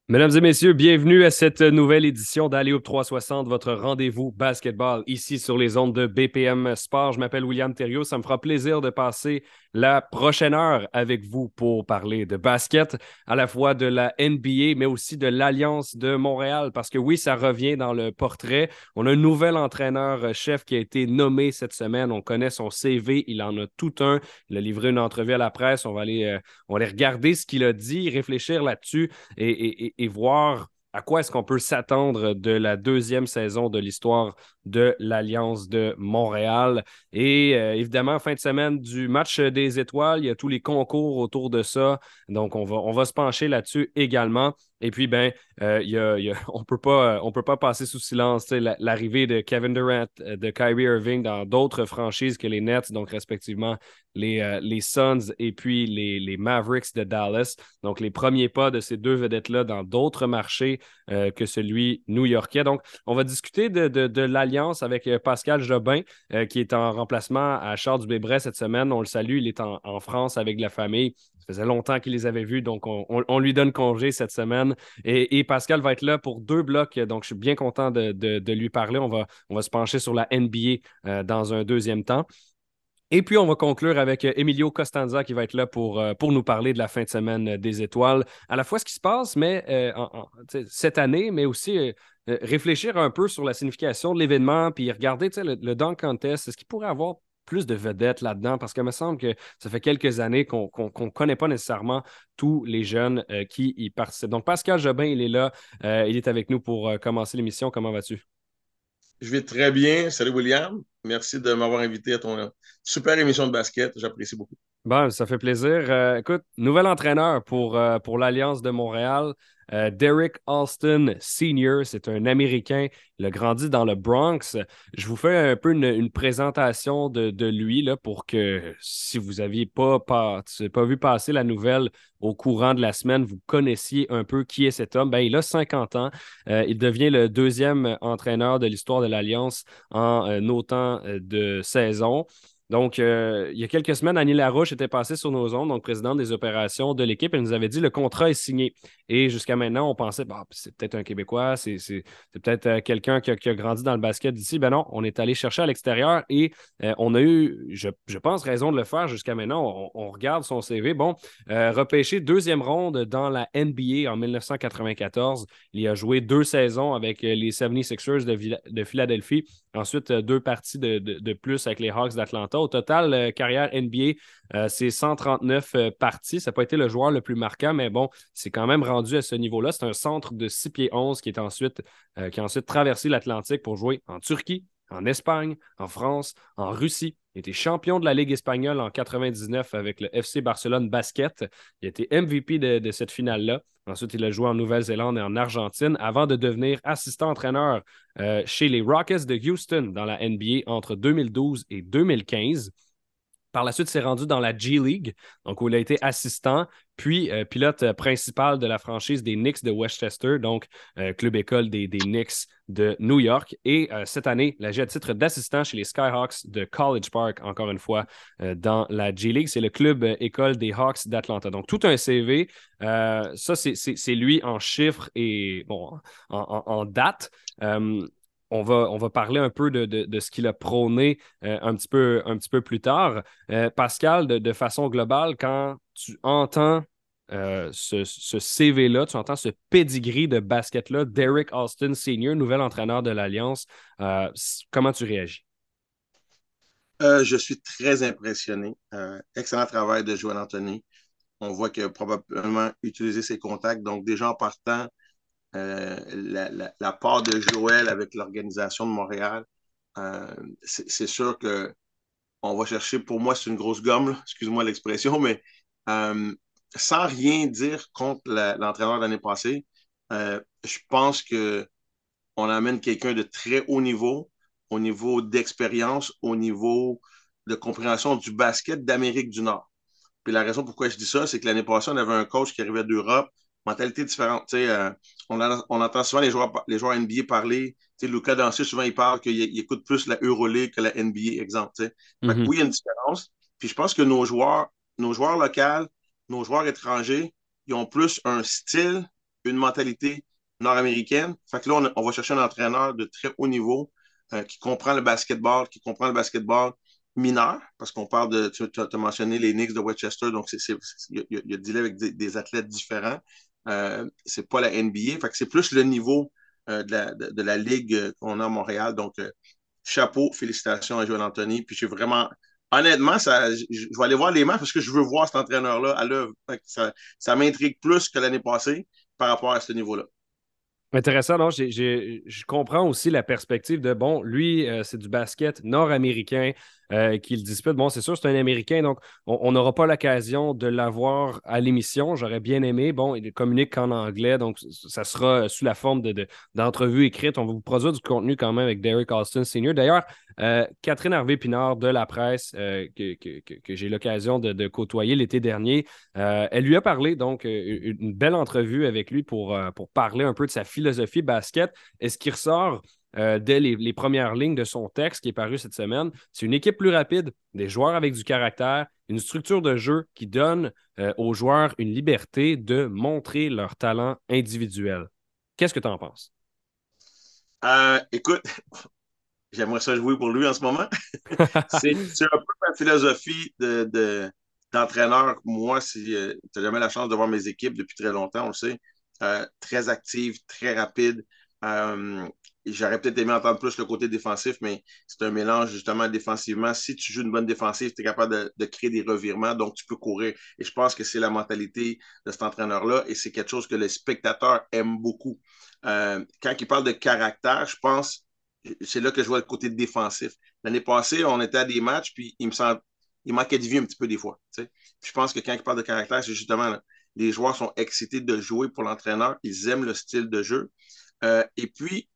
Mesdames et messieurs, bienvenue à cette nouvelle édition d'Alley-Oop 360, votre rendez-vous basketball ici sur les ondes de BPM Sport. Je m'appelle William Thériault. Ça me fera plaisir de passer la prochaine heure avec vous pour parler de basket, à la fois de la NBA, mais aussi de l'Alliance de Montréal, parce que oui, ça revient dans le portrait. On a un nouvel entraîneur-chef qui a été nommé cette semaine. On connaît son CV, il en a tout un. Il a livré une entrevue à la presse. On va aller regarder ce qu'il a dit, réfléchir là-dessus et voir à quoi est-ce qu'on peut s'attendre de la deuxième saison de l'histoire de l'Alliance de Montréal. Et évidemment, fin de semaine du match des étoiles, il y a tous les concours autour de ça. Donc, on va se pencher là-dessus également. Et puis, on peut pas passer sous silence l'arrivée de Kevin Durant, de Kyrie Irving dans d'autres franchises que les Nets, donc respectivement les Suns et puis les Mavericks de Dallas. Donc, les premiers pas de ces deux vedettes-là dans d'autres marchés que celui new-yorkais. Donc, on va discuter de l'alliance avec Pascal Jobin, qui est en remplacement à Charles Dubé-Bret cette semaine. On le salue, il est en France avec la famille. Ça faisait longtemps qu'il les avait vus, donc on lui donne congé cette semaine. Et Pascal va être là pour deux blocs, donc je suis bien content de lui parler. On va se pencher sur la NBA dans un deuxième temps. Et puis, on va conclure avec Emilio Costanza qui va être là pour nous parler de la fin de semaine des étoiles. À la fois ce qui se passe mais, cette année, mais aussi réfléchir un peu sur la signification de l'événement, puis regarder le Dunk Contest. Est-ce qu'il pourrait avoir plus de vedettes là-dedans? Parce qu'il me semble que ça fait quelques années qu'on ne connaît pas nécessairement tous les jeunes qui y participent. Donc, Pascal Jobin, il est là. Il est avec nous pour commencer l'émission. Comment vas-tu? Je vais très bien. Salut William. Merci de m'avoir invité à ton super émission de basket. J'apprécie beaucoup. Bon, ça fait plaisir. Écoute, nouvel entraîneur pour l'Alliance de Montréal, Derek Alston Senior. C'est un Américain. Il a grandi dans le Bronx. Je vous fais un peu une présentation de lui là, pour que si vous n'aviez pas vu passer la nouvelle au courant de la semaine, vous connaissiez un peu qui est cet homme. Ben, il a 50 ans. Il devient le deuxième entraîneur de l'histoire de l'Alliance en autant de saisons. Donc, il y a quelques semaines, Annie Larouche était passée sur nos ondes, donc présidente des opérations de l'équipe. Elle nous avait dit le contrat est signé. Et jusqu'à maintenant, on pensait, bah, c'est peut-être un Québécois, c'est peut-être quelqu'un qui a grandi dans le basket d'ici. Ben non, on est allé chercher à l'extérieur et on a eu, je pense, raison de le faire jusqu'à maintenant. On regarde son CV. Bon, repêché deuxième ronde dans la NBA en 1994. Il a joué deux saisons avec les 76ers de Philadelphie. Ensuite, deux parties de plus avec les Hawks d'Atlanta. Au total, carrière NBA, c'est 139 parties. Ça n'a pas été le joueur le plus marquant, mais bon, c'est quand même rendu à ce niveau-là. C'est un centre de 6 pieds 11 qui a ensuite traversé l'Atlantique pour jouer en Turquie, en Espagne, en France, en Russie. Il a été champion de la Ligue espagnole en 99 avec le FC Barcelone Basket. Il a été MVP de cette finale-là. Ensuite, il a joué en Nouvelle-Zélande et en Argentine avant de devenir assistant-entraîneur chez les Rockets de Houston dans la NBA entre 2012 et 2015. Par la suite, il s'est rendu dans la G League, donc où il a été assistant, puis pilote principal de la franchise des Knicks de Westchester, donc club école des Knicks de New York. Et cette année, il a titre d'assistant chez les Skyhawks de College Park, encore une fois, dans la G League. C'est le club école des Hawks d'Atlanta. Donc, tout un CV. Ça, c'est lui en chiffres et bon, en date. On va parler un peu de ce qu'il a prôné un petit peu plus tard. Pascal, de façon globale, quand tu entends ce CV-là, tu entends ce pedigree de basket-là, Derek Alston Senior, nouvel entraîneur de l'Alliance, comment tu réagis? Je suis très impressionné. Excellent travail de Joël Anthony. On voit qu'il a probablement utilisé ses contacts. Donc, déjà en partant, la part de Joël avec l'organisation de Montréal, c'est sûr que on va chercher, pour moi, c'est une grosse gomme, là, excuse-moi l'expression, mais euh, sans rien dire contre l'entraîneur de l'année passée, je pense que on amène quelqu'un de très haut niveau, au niveau d'expérience, au niveau de compréhension du basket d'Amérique du Nord. Puis la raison pourquoi je dis ça, c'est que l'année passée, on avait un coach qui arrivait d'Europe, mentalité différente. On entend souvent les joueurs NBA parler. Lucas Doncic, souvent, il parle qu'il écoute plus la Euroleague que la NBA, exemple. T'sais. Fait que Mhm. oui, il y a une différence. Puis je pense que nos joueurs locaux, nos joueurs étrangers, ils ont plus un style une mentalité nord-américaine. Fait que là, on va chercher un entraîneur de très haut niveau qui comprend le basketball, mineur, parce qu'on parle de, tu as mentionné les Knicks de Westchester, donc il y a dealé avec des athlètes différents. C'est pas la NBA, fait que c'est plus le niveau de la ligue qu'on a à Montréal. Donc, chapeau, félicitations à Joël Anthony. Puis j'ai vraiment, honnêtement, je vais aller voir les matchs parce que je veux voir cet entraîneur-là à l'œuvre. Ça m'intrigue plus que l'année passée par rapport à ce niveau-là. Intéressant, non? Je comprends aussi la perspective de, bon, lui, c'est du basket nord-américain qu'il dispute. Bon, c'est sûr, c'est un Américain, donc on n'aura pas l'occasion de l'avoir à l'émission. J'aurais bien aimé. Bon, il communique qu'en anglais, donc ça sera sous la forme d'entrevues écrites. On va vous produire du contenu quand même avec Derek Alston Sr. D'ailleurs, Catherine Harvey-Pinard de la presse, que j'ai eu l'occasion de côtoyer l'été dernier, elle lui a parlé, donc, une belle entrevue avec lui pour parler un peu de sa philosophie basket. Et ce qui ressort dès les premières lignes de son texte qui est paru cette semaine, c'est une équipe plus rapide, des joueurs avec du caractère, une structure de jeu qui donne aux joueurs une liberté de montrer leur talent individuel. Qu'est-ce que tu en penses? Écoute, j'aimerais ça jouer pour lui en ce moment. C'est un peu ma philosophie d'entraîneur. Moi, si tu n'as jamais la chance de voir mes équipes depuis très longtemps, on le sait, très actives, très rapides. J'aurais peut-être aimé entendre plus le côté défensif, mais c'est un mélange justement défensivement. Si tu joues une bonne défensive, tu es capable de créer des revirements, donc tu peux courir. Et je pense que c'est la mentalité de cet entraîneur-là et c'est quelque chose que les spectateurs aiment beaucoup. Quand il parle de caractère, je pense c'est là que je vois le côté défensif. L'année passée, on était à des matchs, puis il manquait de vie un petit peu des fois. Je pense que quand il parle de caractère, c'est justement là, les joueurs sont excités de jouer pour l'entraîneur, ils aiment le style de jeu. Et puis,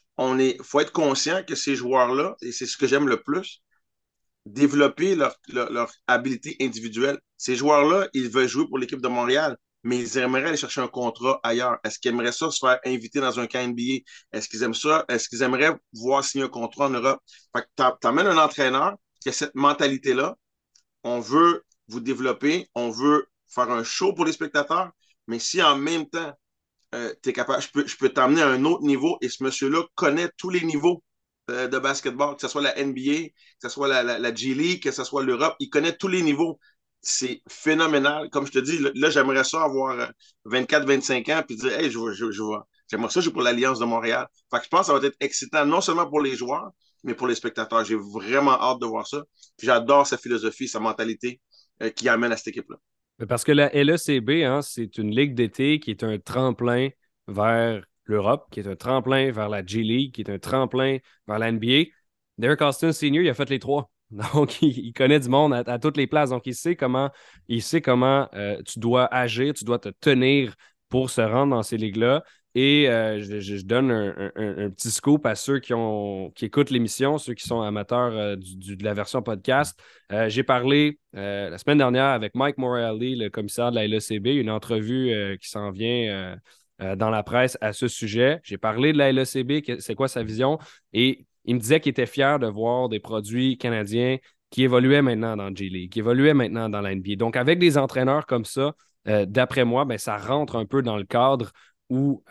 faut être conscient que ces joueurs-là, et c'est ce que j'aime le plus, développer leur habileté individuelle. Ces joueurs-là, ils veulent jouer pour l'équipe de Montréal, mais ils aimeraient aller chercher un contrat ailleurs. Est-ce qu'ils aimeraient ça se faire inviter dans un camp NBA? Est-ce qu'ils aiment ça? Est-ce qu'ils aimeraient voir signer un contrat en Europe? Fait que t'emmènes un entraîneur qui a cette mentalité-là. On veut vous développer, on veut faire un show pour les spectateurs, mais si en même temps, tu es capable, je peux t'emmener à un autre niveau et ce monsieur-là connaît tous les niveaux de basketball, que ce soit la NBA, que ce soit la G League, que ce soit l'Europe. Il connaît tous les niveaux. C'est phénoménal. Comme je te dis, là, j'aimerais ça avoir 24-25 ans puis dire, hey, j'aimerais ça jouer pour l'Alliance de Montréal. Fait que je pense que ça va être excitant, non seulement pour les joueurs, mais pour les spectateurs. J'ai vraiment hâte de voir ça. Puis j'adore sa philosophie, sa mentalité qui amène à cette équipe-là. Parce que la LECB, hein, c'est une ligue d'été qui est un tremplin vers l'Europe, qui est un tremplin vers la G League, qui est un tremplin vers la NBA. Derek Austin Senior, il a fait les trois. Donc, il connaît du monde à toutes les places. Donc, il sait comment tu dois agir, tu dois te tenir pour se rendre dans ces ligues-là. Et je donne un petit scoop à ceux qui écoutent l'émission, ceux qui sont amateurs de la version podcast. J'ai parlé la semaine dernière avec Mike Morreale, le commissaire de la LECB, une entrevue qui s'en vient dans la presse à ce sujet. J'ai parlé de la LECB, c'est quoi sa vision, et il me disait qu'il était fier de voir des produits canadiens qui évoluaient maintenant dans G-League, qui évoluaient maintenant dans la NBA. Donc, avec des entraîneurs comme ça, d'après moi, ben, ça rentre un peu dans le cadre où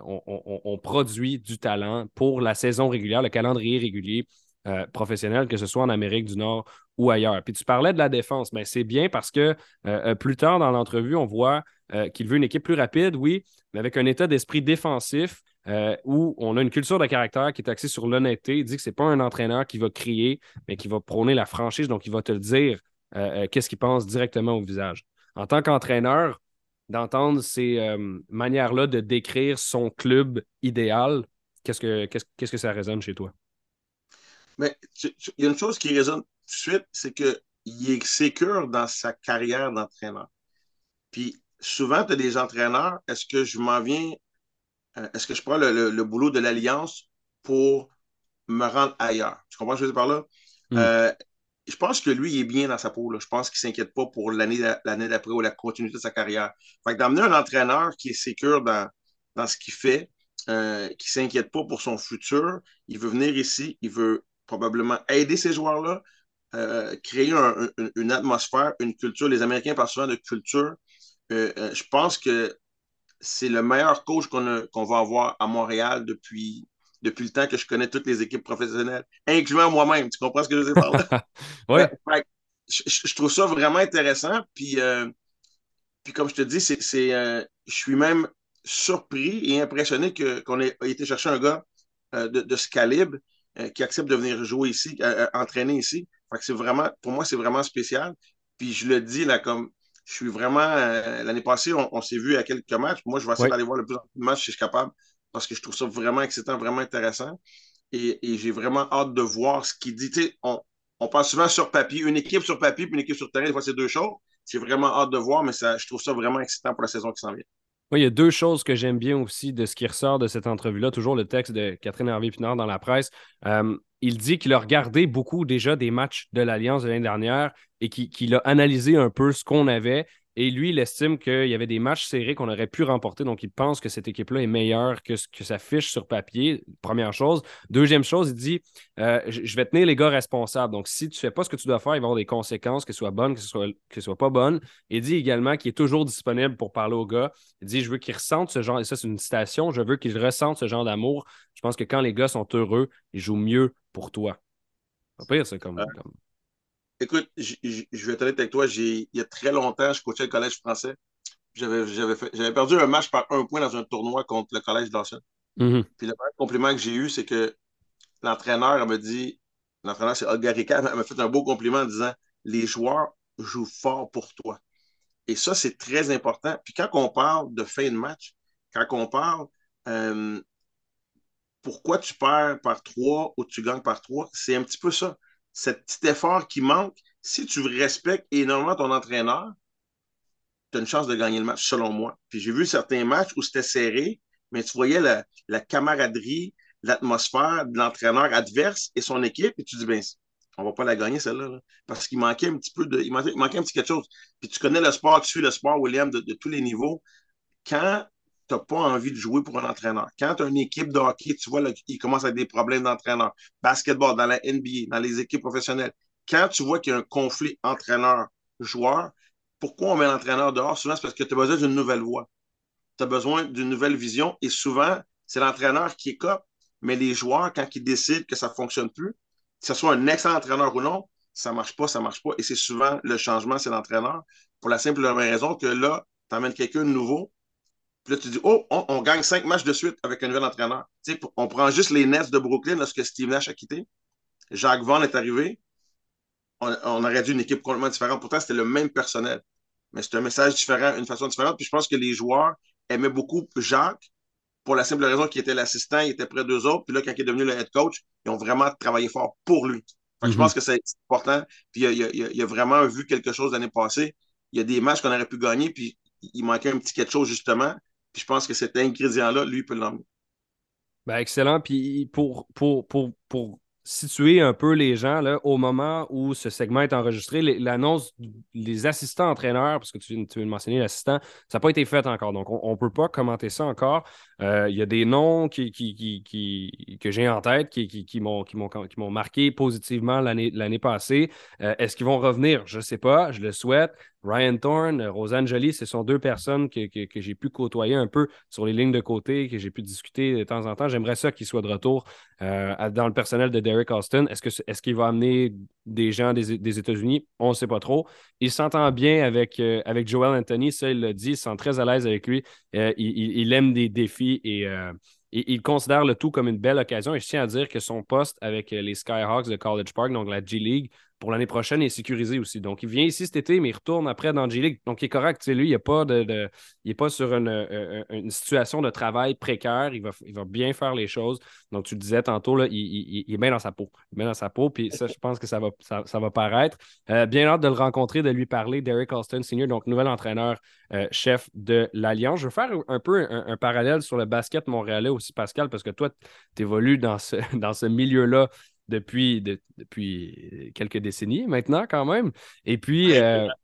on produit du talent pour la saison régulière, le calendrier régulier professionnel, que ce soit en Amérique du Nord ou ailleurs. Puis tu parlais de la défense, mais c'est bien parce que plus tard dans l'entrevue, on voit qu'il veut une équipe plus rapide, oui, mais avec un état d'esprit défensif où on a une culture de caractère qui est axée sur l'honnêteté. Il dit que ce n'est pas un entraîneur qui va crier, mais qui va prôner la franchise, donc il va te le dire qu'est-ce qu'il pense directement au visage. En tant qu'entraîneur, d'entendre ces manières-là de décrire son club idéal, qu'est-ce que ça résonne chez toi? Mais il y a une chose qui résonne tout de suite, c'est qu'il est sécure dans sa carrière d'entraîneur. Puis souvent, tu as des entraîneurs, est-ce que je prends le boulot de l'Alliance pour me rendre ailleurs? Tu comprends ce que je veux dire par là? Hmm. Euh, je pense que lui, il est bien dans sa peau. Là. Je pense qu'il ne s'inquiète pas pour l'année d'après ou la continuité de sa carrière. Fait que d'amener un entraîneur qui est sécure dans ce qu'il fait, qui ne s'inquiète pas pour son futur, il veut venir ici, il veut probablement aider ces joueurs-là, créer une atmosphère, une culture. Les Américains parlent souvent de culture. Je pense que c'est le meilleur coach qu'on va avoir à Montréal depuis le temps que je connais toutes les équipes professionnelles, incluant moi-même. Tu comprends ce que je veux dire par là? Oui, Fait je trouve ça vraiment intéressant. Puis comme je te dis, je suis même surpris et impressionné qu'on ait été chercher un gars de ce calibre qui accepte de venir jouer ici, entraîner ici. Fait que c'est vraiment, pour moi, c'est vraiment spécial. Puis je le dis là, comme je suis vraiment. L'année passée, on s'est vu à quelques matchs. Moi, je vais essayer oui. d'aller voir le plus de matchs si je suis capable parce que je trouve ça vraiment excitant, vraiment intéressant. Et j'ai vraiment hâte de voir ce qu'il dit. Tu sais, on parle souvent sur papier, une équipe sur papier puis une équipe sur terrain, des fois, c'est deux choses. J'ai vraiment hâte de voir, mais je trouve ça vraiment excitant pour la saison qui s'en vient. Moi, il y a deux choses que j'aime bien aussi de ce qui ressort de cette entrevue-là. Toujours le texte de Catherine Hervé-Pinard dans la presse. Il dit qu'il a regardé beaucoup déjà des matchs de l'Alliance de l'année dernière et qu'il a analysé un peu ce qu'on avait. Et lui, il estime qu'il y avait des matchs serrés qu'on aurait pu remporter. Donc, il pense que cette équipe-là est meilleure que ce que ça fiche sur papier. Première chose. Deuxième chose, il dit je vais tenir les gars responsables. Donc, si tu ne fais pas ce que tu dois faire, il va y avoir des conséquences, que ce soit bonnes, que ce soit pas bonnes. Il dit également qu'il est toujours disponible pour parler aux gars. Il dit je veux qu'ils ressentent ce genre, et ça, c'est une citation, je veux qu'ils ressentent ce genre d'amour. Je pense que quand les gars sont heureux, ils jouent mieux pour toi. Pas pire, c'est Euh, comme... Écoute, je vais être honnête avec toi, il y a très longtemps, je coachais le collège français. J'avais perdu un match par un point dans un tournoi contre le collège Dawson. Mhm. Puis le premier compliment que j'ai eu, c'est que l'entraîneur, elle me dit, l'entraîneur, c'est Olga Ricard, elle m'a fait un beau compliment en disant les joueurs jouent fort pour toi. Et ça, c'est très important. Puis quand on parle de fin de match, quand on parle euh, pourquoi tu perds par trois ou tu gagnes par trois, c'est un petit peu ça. Cet petit effort qui manque, si tu respectes énormément ton entraîneur, tu as une chance de gagner le match, selon moi. Puis j'ai vu certains matchs où c'était serré, mais tu voyais la camaraderie, l'atmosphère de l'entraîneur adverse et son équipe, et tu dis, ben, on va pas la gagner, celle-là, là, parce qu'il manquait un petit peu il manquait un petit quelque chose. Puis tu connais le sport, tu suis le sport, William, de tous les niveaux. Quand tu n'as pas envie de jouer pour un entraîneur, quand tu as une équipe de hockey, tu vois, là, il commence à avoir des problèmes d'entraîneur, basketball, dans la NBA, dans les équipes professionnelles, quand tu vois qu'il y a un conflit entraîneur-joueur, pourquoi on met l'entraîneur dehors? Souvent, c'est parce que tu as besoin d'une nouvelle voie. Tu as besoin d'une nouvelle vision et souvent, c'est l'entraîneur qui écope, mais les joueurs, quand ils décident que ça ne fonctionne plus, que ce soit un excellent entraîneur ou non, ça ne marche pas, ça ne marche pas. Et c'est souvent le changement, c'est l'entraîneur, pour la simple raison que là, tu amènes quelqu'un de nouveau, puis là, tu dis, oh, on gagne 5 matchs de suite avec un nouvel entraîneur. Tu sais, on prend juste les Nets de Brooklyn lorsque Steve Nash a quitté. Jacques Vaughn est arrivé. On aurait dû une équipe complètement différente. Pourtant, c'était le même personnel. Mais c'est un message différent, une façon différente. Puis je pense que les joueurs aimaient beaucoup Jacques pour la simple raison qu'il était l'assistant, il était près d'eux autres. Puis là, quand il est devenu le head coach, ils ont vraiment travaillé fort pour lui. Fait que je Mhm. pense que c'est important. Puis il a vraiment vu quelque chose l'année passée. Il y a des matchs qu'on aurait pu gagner, puis il manquait un petit quelque chose, justement. Puis je pense que cet ingrédient-là, lui, peut l'emmener. Ben, excellent. Puis pour situer un peu les gens, là, au moment où ce segment est enregistré, l'annonce des assistants entraîneurs, parce que tu viens de mentionner l'assistant, ça n'a pas été fait encore. Donc, on ne peut pas commenter ça encore. Il y a des noms que j'ai en tête qui m'ont marqué positivement l'année passée. Est-ce qu'ils vont revenir? Je ne sais pas. Je le souhaite. Ryan Thorne, Rosanne Joly, ce sont deux personnes que j'ai pu côtoyer un peu sur les lignes de côté, que j'ai pu discuter de temps en temps. J'aimerais ça qu'ils soient de retour dans le personnel de Derek Austin. Est-ce qu'il va amener des gens des États-Unis? On ne sait pas trop. Il s'entend bien avec Joel Anthony, ça, il l'a dit, il se sent très à l'aise avec lui. Il aime des défis et il considère le tout comme une belle occasion. Et je tiens à dire que son poste avec les Skyhawks de College Park, donc la G-League, pour l'année prochaine, est sécurisé aussi. Donc, il vient ici cet été, mais il retourne après dans G-League. Donc, il est correct. Tu sais, lui, il n'est pas sur une situation de travail précaire. Il va bien faire les choses. Donc, tu le disais tantôt, là, il est bien dans sa peau. Il est bien dans sa peau, puis ça, je pense que ça va paraître. Bien hâte de le rencontrer, de lui parler. Derek Austin Senior, donc nouvel entraîneur chef de l'Alliance. Je veux faire un peu un parallèle sur le basket montréalais aussi, Pascal, parce que toi, tu évolues dans ce milieu-là depuis quelques décennies maintenant, quand même. Et puis, Ouais.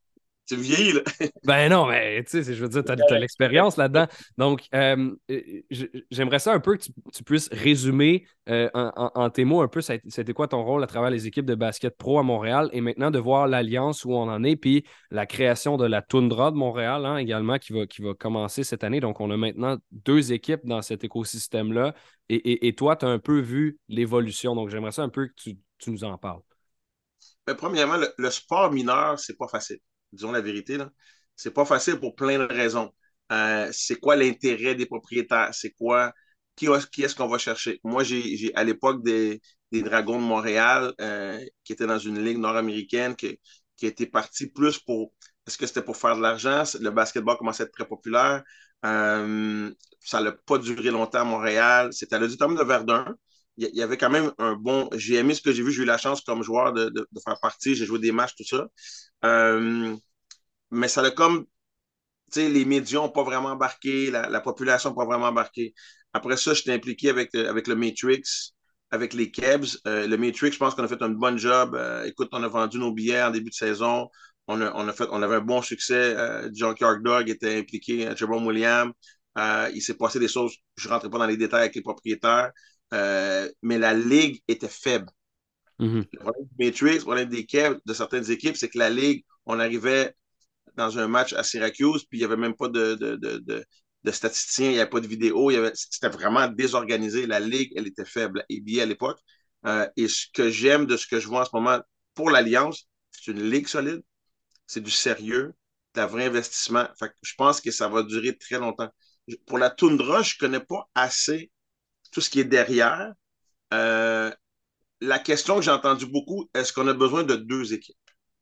Tu vieillis, là. Ben non, mais tu sais, je veux dire, tu as l'expérience là-dedans. Donc, j'aimerais ça un peu que tu puisses résumer en tes mots un peu, c'était quoi ton rôle à travers les équipes de basket pro à Montréal et maintenant de voir l'alliance où on en est, puis la création de la Toundra de Montréal hein, également qui va commencer cette année. Donc, on a maintenant 2 équipes dans cet écosystème-là et toi, tu as un peu vu l'évolution. Donc, j'aimerais ça un peu que tu nous en parles. Mais premièrement, le sport mineur, c'est pas facile. Disons la vérité, là. C'est pas facile pour plein de raisons. C'est quoi l'intérêt des propriétaires? C'est quoi? Qui est-ce qu'on va chercher? Moi, à l'époque des Dragons de Montréal, qui étaient dans une ligue nord-américaine, qui était partie plus pour. Est-ce que c'était pour faire de l'argent? Le basketball commençait à être très populaire. Ça n'a pas duré longtemps à Montréal. C'était à l'Auditorium de Verdun. Il y avait quand même un bon. J'ai aimé ce que j'ai vu. J'ai eu la chance comme joueur de faire partie. J'ai joué des matchs, tout ça. Mais ça a comme. Tu sais, les médias n'ont pas vraiment embarqué, la population n'a pas vraiment embarqué. Après ça, j'étais impliqué avec le Matrix, avec les Kebs. Le Matrix, je pense qu'on a fait un bon job. Écoute, on a vendu nos billets en début de saison. On avait un bon succès. Junkyard Dog était impliqué, Jerome Williams. Il s'est passé des choses. Je ne rentrais pas dans les détails avec les propriétaires. Mais la ligue était faible. Mhm. Le problème du Matrix, le problème des Kebs, de certaines équipes, c'est que la ligue, on arrivait dans un match à Syracuse, puis il n'y avait même pas de statisticiens, il n'y avait pas de vidéo, c'était vraiment désorganisé. La ligue, elle était faible, la ABA à l'époque. Et ce que j'aime de ce que je vois en ce moment pour l'Alliance, c'est une ligue solide, c'est du sérieux, c'est un vrai investissement. Fait que je pense que ça va durer très longtemps. Pour la Toundra, je ne connais pas assez tout ce qui est derrière. Euh, la question que j'ai entendue beaucoup, est-ce qu'on a besoin de 2 équipes?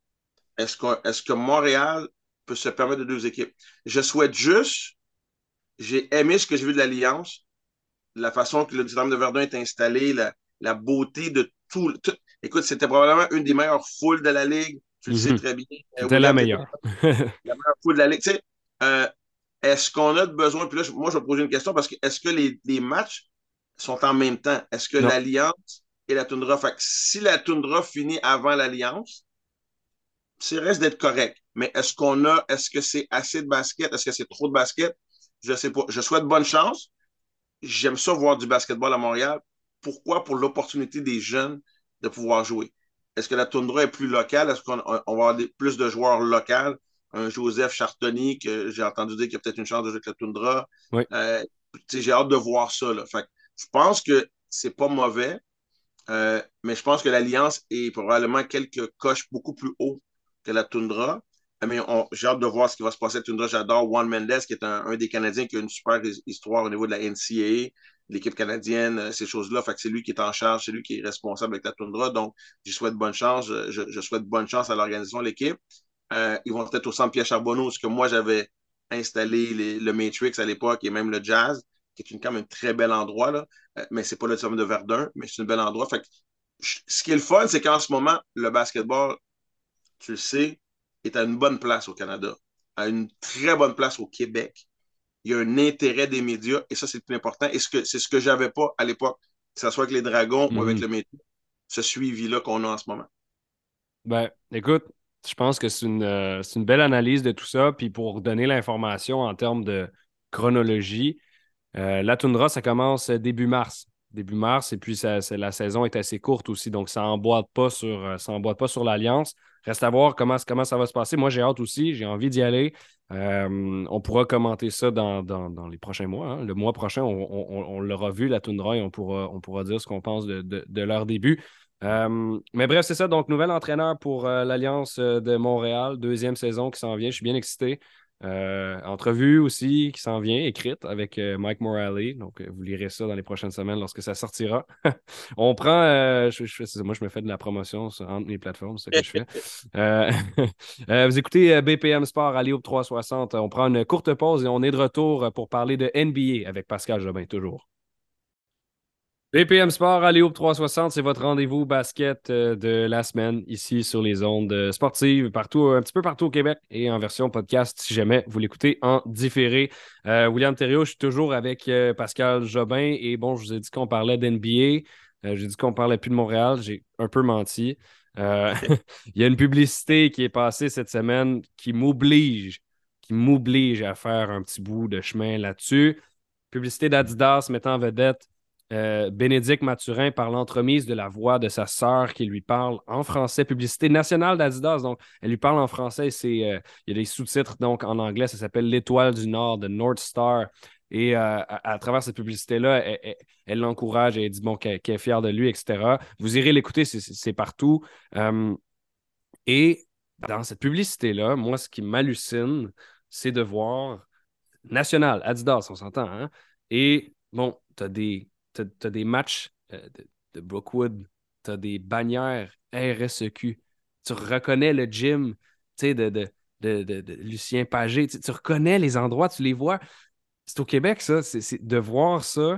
Est-ce que Montréal peut se permettre de 2 équipes? Je souhaite juste, j'ai aimé ce que j'ai vu de l'Alliance, la façon que le Dynamo de Verdun est installé, la beauté de tout. Écoute, c'était probablement une des meilleures foules de la Ligue. Tu le sais Mhm. très bien. C'était la William, tu étais meilleure. la meilleure foule de la Ligue. Tu sais, euh, est-ce qu'on a besoin, puis là, moi, je vais poser une question parce que est-ce que les matchs sont en même temps? Est-ce que Non. l'Alliance et la Toundra, fait que si la Toundra finit avant l'Alliance, c'est reste d'être correct. Mais est-ce que c'est assez de basket? Est-ce que c'est trop de basket? Je ne sais pas. Je souhaite bonne chance. J'aime ça voir du basketball à Montréal. Pourquoi? Pour l'opportunité des jeunes de pouvoir jouer. Est-ce que la toundra est plus locale? Est-ce qu'on va avoir plus de joueurs locaux? Un Joseph Chartoni, que j'ai entendu dire qu'il y a peut-être une chance de jouer avec la toundra. Oui. Euh, j'ai hâte de voir ça. Là. Fait, je pense que c'est pas mauvais. Mais je pense que l'Alliance est probablement quelques coches beaucoup plus haut que la Tundra. Mais j'ai hâte de voir ce qui va se passer à Tundra. J'adore Juan Mendes, qui est un des Canadiens qui a une super histoire au niveau de la NCAA, l'équipe canadienne, ces choses-là. Fait que c'est lui qui est en charge, c'est lui qui est responsable avec la Tundra. Donc, je souhaite bonne chance. Je souhaite bonne chance à l'organisation de l'équipe. Ils vont peut-être au centre Pierre Charbonneau, ce que moi j'avais installé le Matrix à l'époque et même le Jazz, qui est quand même un très bel endroit. Là. Mais c'est pas le somme de Verdun, mais c'est un bel endroit. Fait que, ce qui est le fun, c'est qu'en ce moment, le basketball, tu le sais, est à une bonne place au Canada, à une très bonne place au Québec. Il y a un intérêt des médias et ça, c'est le plus important. Et c'est ce que j'avais pas à l'époque, que ce soit avec les Dragons ou avec Mhm. le métier, ce suivi-là qu'on a en ce moment. Ben, écoute, je pense que c'est une belle analyse de tout ça. Puis pour donner l'information en termes de chronologie, la toundra, ça commence début mars. Début mars, et puis la saison est assez courte aussi, donc ça emboîte pas sur l'Alliance. Reste à voir comment ça va se passer. Moi, j'ai hâte aussi, j'ai envie d'y aller. On pourra commenter ça dans les prochains mois. Hein. Le mois prochain, on l'aura vu, la toundra, et on pourra dire ce qu'on pense de leur début. Mais bref, c'est ça. Donc, nouvel entraîneur pour l'Alliance de Montréal, 2e saison qui s'en vient. Je suis bien excité. Entrevue aussi qui s'en vient, écrite avec Mike Morale. Donc, vous lirez ça dans les prochaines semaines lorsque ça sortira. On prend. Moi, je me fais de la promotion entre mes plateformes, c'est ce que je fais. Euh, vous écoutez BPM Sport, Alley-Oop 360. On prend une courte pause et on est de retour pour parler de NBA avec Pascal Jobin, toujours. BPM Sport, Alley-Oop 360, c'est votre rendez-vous basket de la semaine ici sur les ondes sportives, partout, un petit peu partout au Québec et en version podcast si jamais vous l'écoutez en différé. William Thériault, je suis toujours avec Pascal Jobin et bon, je vous ai dit qu'on parlait d'NBA, j'ai dit qu'on parlait plus de Montréal, j'ai un peu menti. Il y a une publicité qui est passée cette semaine qui m'oblige à faire un petit bout de chemin là-dessus. Publicité d'Adidas mettant en vedette Bénédicte Mathurin par l'entremise de la voix de sa sœur qui lui parle en français. Publicité nationale d'Adidas, donc elle lui parle en français. Il y a des sous-titres donc en anglais. Ça s'appelle L'Étoile du Nord de North Star. Et à travers cette publicité-là, elle l'encourage et elle dit bon, qu'elle est fière de lui, etc. Vous irez l'écouter, c'est partout. Euh, et dans cette publicité-là, moi, ce qui m'hallucine, c'est de voir National, Adidas, on s'entend, hein? Et bon, t'as des matchs de Brookwood, t'as des bannières RSEQ. Tu reconnais le gym, tu sais, de Lucien Pagé. Tu reconnais les endroits, tu les vois. C'est au Québec, ça. De voir ça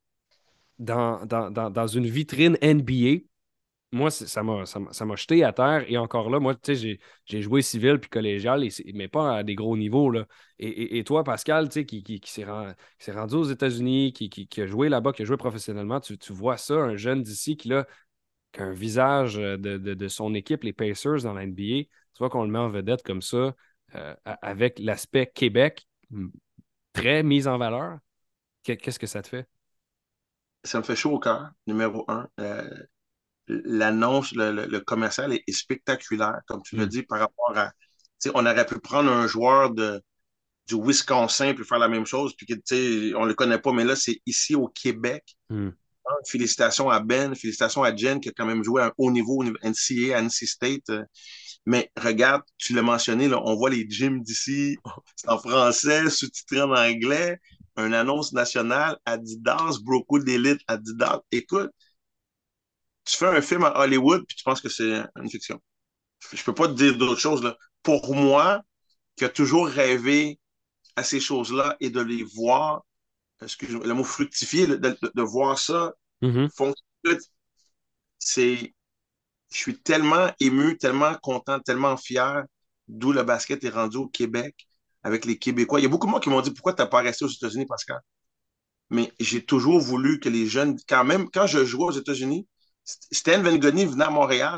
dans une vitrine NBA. Moi, ça m'a jeté à terre. Et encore là, moi, tu sais, j'ai joué civil puis collégial, mais pas à des gros niveaux, là. Et toi, Pascal, tu sais, qui s'est rendu aux États-Unis, qui a joué là-bas, qui a joué professionnellement, tu vois ça, un jeune d'ici qui a un visage de son équipe, les Pacers dans la NBA. Tu vois qu'on le met en vedette comme ça, avec l'aspect Québec très mis en valeur. Qu'est-ce que ça te fait? Ça me fait chaud au cœur, numéro un. L'annonce, le commercial est spectaculaire, comme tu l'as Mm. dit, par rapport à. Tu sais, on aurait pu prendre un joueur du Wisconsin puis faire la même chose, puis que, tu sais, on le connaît pas, mais là, c'est ici au Québec. Mm. Félicitations à Ben, félicitations à Jen qui a quand même joué à un haut niveau, au niveau NCAA, à NC State. Mais regarde, tu l'as mentionné, là, on voit les gyms d'ici, c'est en français, sous-titré en anglais, une annonce nationale, Adidas, Brookwood Elite, Adidas. Écoute, tu fais un film à Hollywood, puis tu penses que c'est une fiction. Je peux pas te dire d'autre chose, là. Pour moi, qui a toujours rêvé à ces choses-là et de les voir, excuse-moi, le mot fructifier, de voir ça Mhm. fonctionner, c'est, je suis tellement ému, tellement content, tellement fier d'où le basket est rendu au Québec avec les Québécois. Il y a beaucoup de gens qui m'ont dit pourquoi tu n'as pas resté aux États-Unis, Pascal? Mais j'ai toujours voulu que les jeunes, quand même, quand je jouais aux États-Unis, Stan Van Gundy venait à Montréal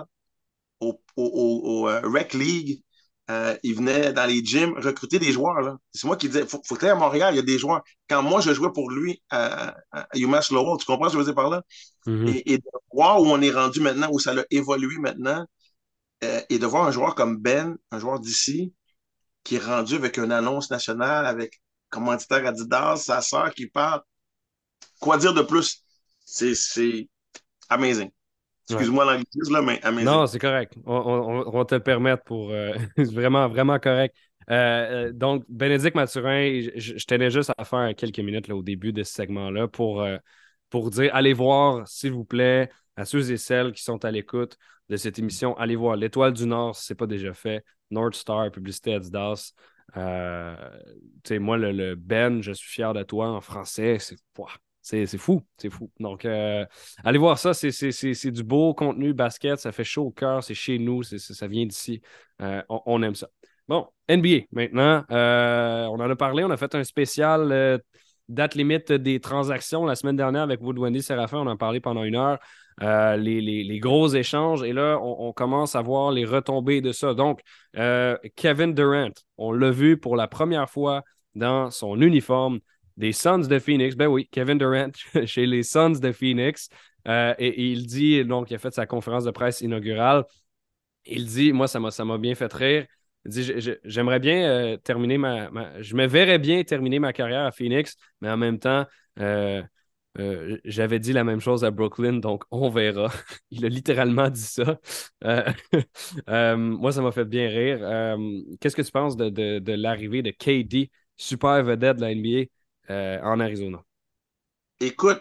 au Rec League. Il venait dans les gyms recruter des joueurs. Là. C'est moi qui disais, faut que tu ailles à Montréal, il y a des joueurs. Quand moi, je jouais pour lui à UMass Lowell, tu comprends ce que je veux dire par là? Mhm. Et de voir où on est rendu maintenant, où ça a évolué maintenant, et de voir un joueur comme Ben, un joueur d'ici, qui est rendu avec une annonce nationale, avec commanditaire Adidas, sa sœur qui parle. Quoi dire de plus? C'est amazing. Ouais. Excuse-moi l'anglicisme, là, mais amazing. Non, c'est correct. On va te le permettre pour vraiment, vraiment correct. Donc, Bénédicte Mathurin, je tenais juste à faire quelques minutes là, au début de ce segment-là pour dire allez voir, s'il vous plaît, à ceux et celles qui sont à l'écoute de cette émission, allez voir l'Étoile du Nord si ce n'est pas déjà fait. North Star, publicité Adidas. Euh, Tu sais, moi, le Ben, je suis fier de toi en français, c'est fou, c'est fou. Donc, allez voir ça, c'est du beau contenu basket, ça fait chaud au cœur, c'est chez nous, ça vient d'ici. On aime ça. Bon, NBA maintenant. On en a parlé, on a fait un spécial date limite des transactions la semaine dernière avec Wood Wendy Séraphin, on en a parlé pendant une heure. Les gros échanges, et là, on commence à voir les retombées de ça. Donc, Kevin Durant, on l'a vu pour la première fois dans son uniforme des Suns de Phoenix. Ben oui, Kevin Durant chez les Suns de Phoenix. Et il dit, donc, il a fait sa conférence de presse inaugurale. Il dit, moi, ça m'a bien fait rire. Il dit, j'aimerais bien terminer je me verrais bien terminer ma carrière à Phoenix, mais en même temps, euh, j'avais dit la même chose à Brooklyn, donc on verra. Il a littéralement dit ça. Euh, moi, ça m'a fait bien rire. Qu'est-ce que tu penses de l'arrivée de KD, super vedette de la NBA, en Arizona? Écoute,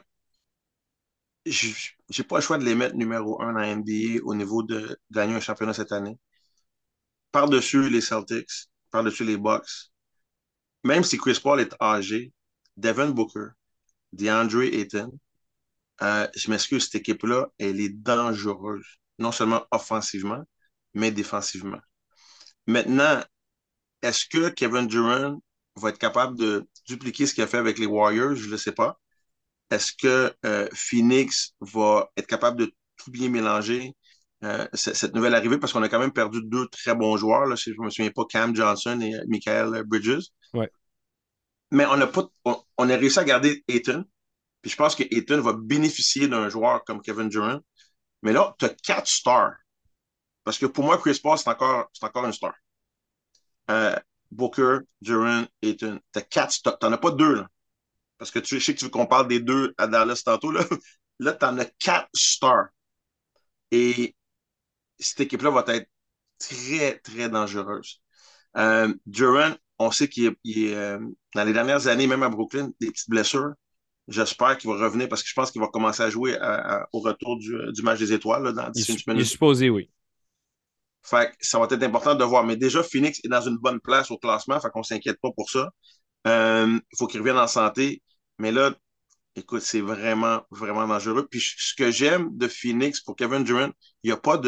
j'ai pas le choix de les mettre numéro un en NBA au niveau de gagner un championnat cette année. Par-dessus les Celtics, par-dessus les Bucks. Même si Chris Paul est âgé, Devin Booker, DeAndre Ayton, je m'excuse, cette équipe-là, elle est dangereuse. Non seulement offensivement, mais défensivement. Maintenant, est-ce que Kevin Durant va être capable de dupliquer ce qu'il a fait avec les Warriors? Je ne le sais pas. Est-ce que Phoenix va être capable de tout bien mélanger? cette nouvelle arrivée parce qu'on a quand même perdu deux très bons joueurs. Là, si je ne me souviens pas, Cam Johnson et Michael Bridges. Ouais. Mais on a réussi à garder Ayton. Puis je pense que Ayton va bénéficier d'un joueur comme Kevin Durant. Mais là, tu as quatre stars. Parce que pour moi, Chris Paul, c'est encore une star. Euh, Booker, Durant, Ayton. Tu as quatre stars. Tu n'en as pas deux, là. Parce que je sais que tu veux qu'on parle des deux à Dallas tantôt. Là, là tu en as quatre stars. Et cette équipe-là va être très, très dangereuse. Durant, on sait qu'il est dans les dernières années, même à Brooklyn, des petites blessures. J'espère qu'il va revenir parce que je pense qu'il va commencer à jouer au retour du match des étoiles là, dans 10 Il est minutes. supposé, oui. Fait que ça va être important de voir. Mais déjà, Phoenix est dans une bonne place au classement, fait qu'on ne s'inquiète pas pour ça. Il faut qu'il revienne en santé. Mais là, écoute, c'est vraiment, vraiment dangereux. Puis ce que j'aime de Phoenix pour Kevin Durant, il n'y a pas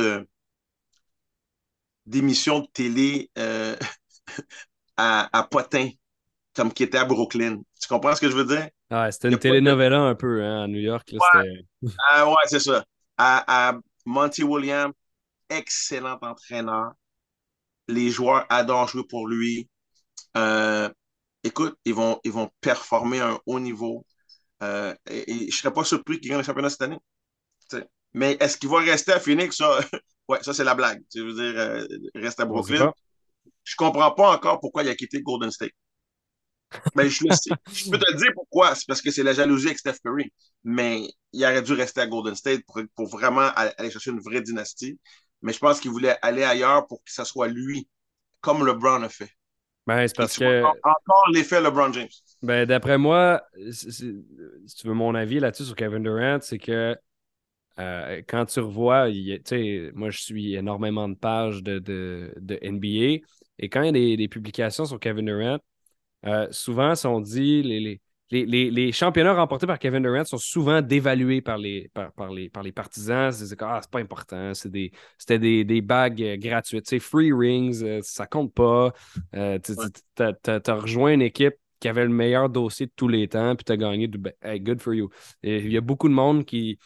d'émission de télé à potin comme qui était à Brooklyn. Tu comprends ce que je veux dire? Ah, c'était Il n'y une a pas de. telenovela un peu hein, à New York. Là, Ouais, c'était... ouais, c'est ça. À Monty Williams, excellent entraîneur. Les joueurs adorent jouer pour lui. Euh, Écoute, ils vont performer à un haut niveau. Et je ne serais pas surpris qu'ils gagnent le championnat cette année. T'sais. Mais est-ce qu'il va rester à Phoenix? Ça, ouais, ça c'est la blague. Je veux dire, reste à On ne sait Brooklyn. pas. Je ne comprends pas encore pourquoi il a quitté Golden State. Ben, je le sais. Je peux te le dire pourquoi. C'est parce que c'est la jalousie avec Steph Curry. Mais il aurait dû rester à Golden State pour vraiment aller chercher une vraie dynastie. Mais je pense qu'il voulait aller ailleurs pour que ce soit lui, comme LeBron a fait. Ben, c'est Et parce tu vois que, encore l'effet LeBron James. ben, d'après moi, si tu veux mon avis là-dessus sur Kevin Durant, c'est que quand tu revois, tu sais, moi je suis énormément de pages de NBA et quand il y a des publications sur Kevin Durant, souvent, on dit les championnats remportés par Kevin Durant sont souvent dévalués par les partisans. C'est pas important, c'était des bagues gratuites. Tu sais, free rings, ça compte pas. Ouais. T'as rejoint une équipe qui avait le meilleur dossier de tous les temps, puis t'as gagné hey, good for you. Et il y a beaucoup de monde qui.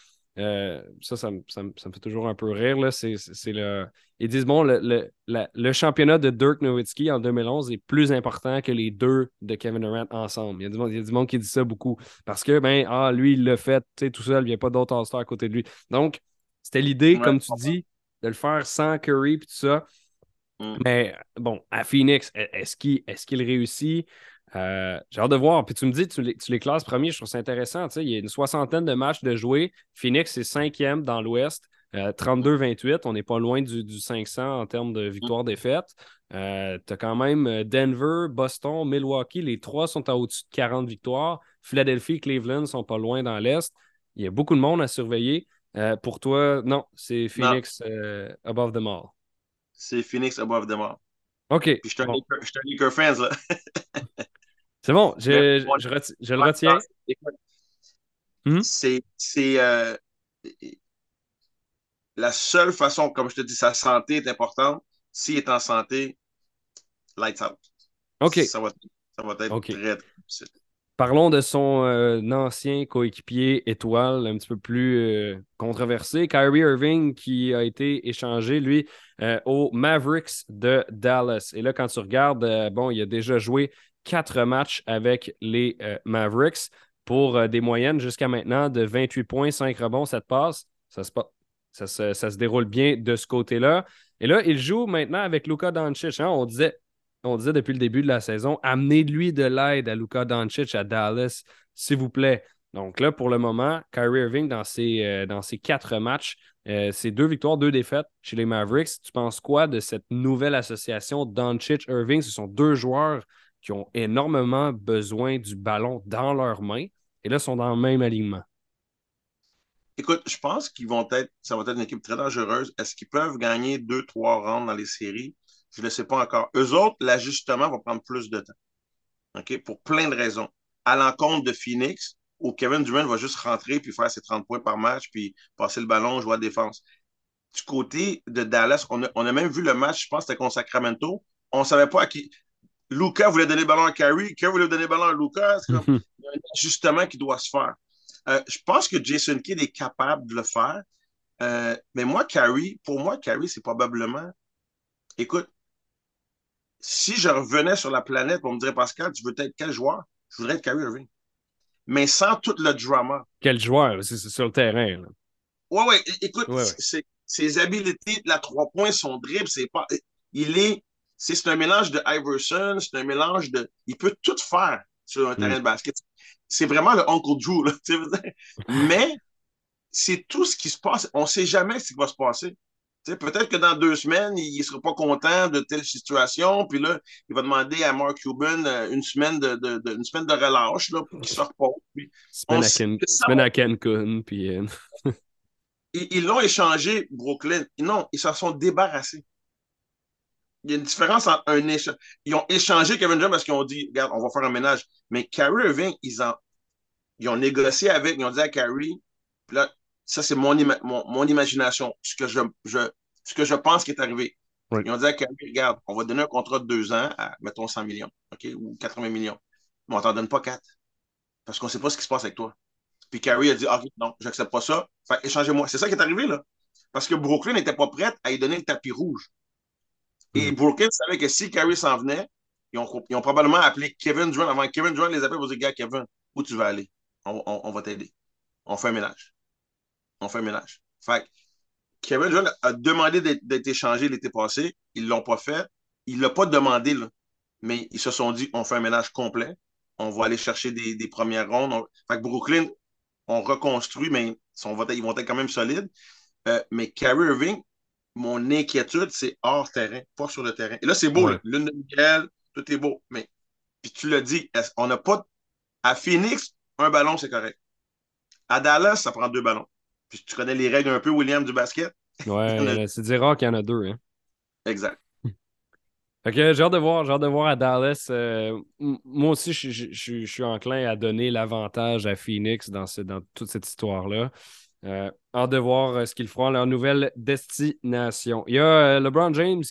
Ça me fait toujours un peu rire. Là. Ils disent, bon, le championnat de Dirk Nowitzki en 2011 est plus important que les deux de Kevin Durant ensemble. Il y a du monde qui dit ça beaucoup. Parce que, lui, il l'a fait tout seul, il n'y a pas d'autre All-Star à côté de lui. Donc, c'était l'idée, Ouais. comme tu dis, de le faire sans Curry et tout ça. Mm. Mais bon, à Phoenix, est-ce qu'il réussit? J'ai hâte de voir. Puis tu me dis, tu les classes premiers, je trouve ça intéressant. Tu sais, il y a une soixantaine de matchs de jouer. Phoenix est cinquième dans l'Ouest, 32-28. On n'est pas loin du 500 en termes de Mm. victoire-défaite. Tu as quand même Denver, Boston, Milwaukee. Les trois sont à au-dessus de 40 victoires. Philadelphie, Cleveland sont pas loin dans l'Est. Il y a beaucoup de monde à surveiller. Pour toi, non, c'est Non, Phoenix above them all. c'est Phoenix above them all. OK, Puis bon. Je suis un Laker fan, là. C'est bon, Mais je le retiens. écoute, Hmm? c'est la seule façon, comme je te dis, sa santé est importante. S'il est en santé, lights out. OK, Ça va, ça va être OK. très, très difficile. Parlons de son ancien coéquipier étoile, un petit peu plus controversé, Kyrie Irving, qui a été échangé, lui, aux Mavericks de Dallas. Et là, quand tu regardes, bon, il a déjà joué 4 matchs avec les Mavericks pour des moyennes jusqu'à maintenant de 28 points, 5 rebonds, 7 passes. Ça se déroule bien de ce côté-là. Et là, il joue maintenant avec Luka Doncic. Hein. On disait depuis le début de la saison, amenez-lui de l'aide à Luka Doncic à Dallas, s'il vous plaît. Donc là, pour le moment, Kyrie Irving, dans ses 4 matchs, c'est 2 victoires, 2 défaites chez les Mavericks. Tu penses quoi de cette nouvelle association Doncic-Irving? Ce sont deux joueurs qui ont énormément besoin du ballon dans leurs mains et là, sont dans le même alignement. Écoute, je pense ça va être une équipe très dangereuse. Est-ce qu'ils peuvent gagner deux, trois rounds dans les séries? Je ne le sais pas encore. Eux autres, l'ajustement va prendre plus de temps. OK? Pour plein de raisons. À l'encontre de Phoenix, où Kevin Durant va juste rentrer puis faire ses 30 points par match puis passer le ballon, jouer à la défense. Du côté de Dallas, on a même vu le match, je pense que c'était contre Sacramento. On ne savait pas à qui. Luka voulait donner le ballon à Kyrie, Kyrie voulait donner le ballon à Luka. C'est comme, il y a un ajustement qui doit se faire. Je pense que Jason Kidd est capable de le faire. Mais pour moi, Kyrie, c'est probablement. Écoute, si je revenais sur la planète, on me dirait, Pascal, tu veux être quel joueur? Je voudrais être Kyrie Irving. Mais sans tout le drama. Quel joueur, c'est sur le terrain. Là. Ouais, ouais, écoute, Ouais, ouais. ses habiletés de la 3 points, son dribble, c'est pas. Il est. C'est un mélange de Iverson, c'est un mélange de. Il peut tout faire sur un Mm. terrain de basket. C'est vraiment le Uncle Drew, là, tu sais. Mais c'est tout ce qui se passe. On ne sait jamais ce qui va se passer. Peut-être que dans 2 semaines, il ne sera pas content de telle situation, puis là, il va demander à Mark Cuban une semaine de relâche là, pour qu'il se repose. Puis on sait que ça, Semaine à Cancun, puis ils l'ont échangé, Brooklyn. Non, ils s'en sont débarrassés. Il y a une différence entre un échange. Ils ont échangé Kevin Durant parce qu'ils ont dit, regarde, on va faire un ménage. Mais Kyrie Irving, ils ont négocié avec, ils ont dit à Kyrie, puis là, ça c'est mon imagination, ce que je pense qui est arrivé. oui. Ils ont dit à Kyrie, regarde, on va donner un contrat de 2 ans à, mettons, 100 millions, OK, ou 80 millions. Mais on t'en donne pas 4, parce qu'on ne sait pas ce qui se passe avec toi. Puis Kyrie a dit, OK, non, j'accepte pas ça. Fait échangez-moi. C'est ça qui est arrivé, là. Parce que Brooklyn n'était pas prête à lui donner le tapis rouge. Et Mm. Brooklyn savait que si Kyrie s'en venait, ils ont probablement appelé Kevin Durant. Avant que Kevin Durant les appelle, ils vont dire, gars, Kevin, où tu vas aller? On va t'aider. On fait un ménage. On fait un ménage. Fait que Kevin Durant a demandé d'être échangé l'été passé. Ils ne l'ont pas fait. Il ne l'a pas demandé, là. Mais ils se sont dit, on fait un ménage complet. On va aller chercher des premières rondes. Fait que Brooklyn, on reconstruit, mais ils vont être quand même solides. Mais Kyrie Irving, mon inquiétude, c'est hors terrain, pas sur le terrain. Et là, c'est beau, là. Ouais. Lune de miel, tout est beau. Mais, puis tu l'as dit, on n'a pas. À Phoenix, un ballon, c'est correct. À Dallas, ça prend 2 ballons. Puis tu connais les règles un peu, William, du basket. Il y en a. Ouais, c'est dire rare qu'il y en a deux. Hein. Exact. Fait que j'ai hâte de voir à Dallas. Moi aussi, je suis enclin à donner l'avantage à Phoenix dans toute cette histoire-là. Hâte de voir ce qu'ils feront à leur nouvelle destination. Il y a LeBron James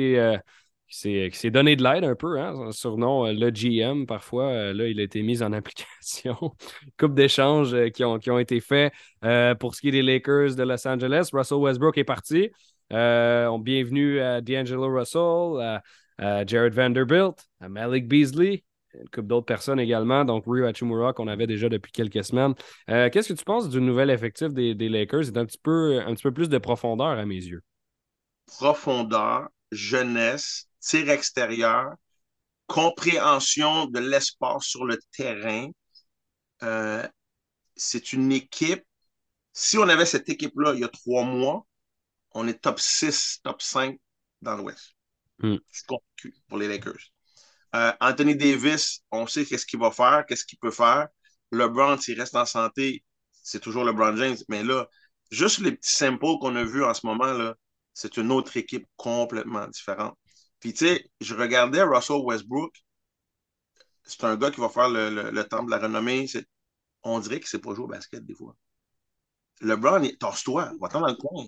qui s'est donné de l'aide un peu, hein, son surnom le GM parfois. Là, il a été mis en application. Coupe d'échanges qui ont été faits pour ce qui est des Lakers de Los Angeles. Russell Westbrook est parti. Bienvenue à D'Angelo Russell, à Jared Vanderbilt, à Malik Beasley, une couple d'autres personnes également, donc Rui Hachimura qu'on avait déjà depuis quelques semaines. Qu'est-ce que tu penses du nouvel effectif des Lakers? C'est un petit peu plus de profondeur à mes yeux. Profondeur, jeunesse, tir extérieur, compréhension de l'espace sur le terrain. Euh, c'est une équipe. Si on avait cette équipe-là il y a 3 mois, on est top 6, top 5 dans l'Ouest. Hmm. Je suis convaincu pour les Lakers. Anthony Davis, on sait qu'est-ce qu'il va faire, qu'est-ce qu'il peut faire. LeBron, s'il reste en santé, c'est toujours LeBron James. Mais là, juste les petits samples qu'on a vus en ce moment, là, c'est une autre équipe complètement différente. Puis, tu sais, je regardais Russell Westbrook. C'est un gars qui va faire le temps de la renommée. On dirait qu'il ne sait pas jouer au basket des fois. LeBron, torse-toi, va-t'en dans le coin.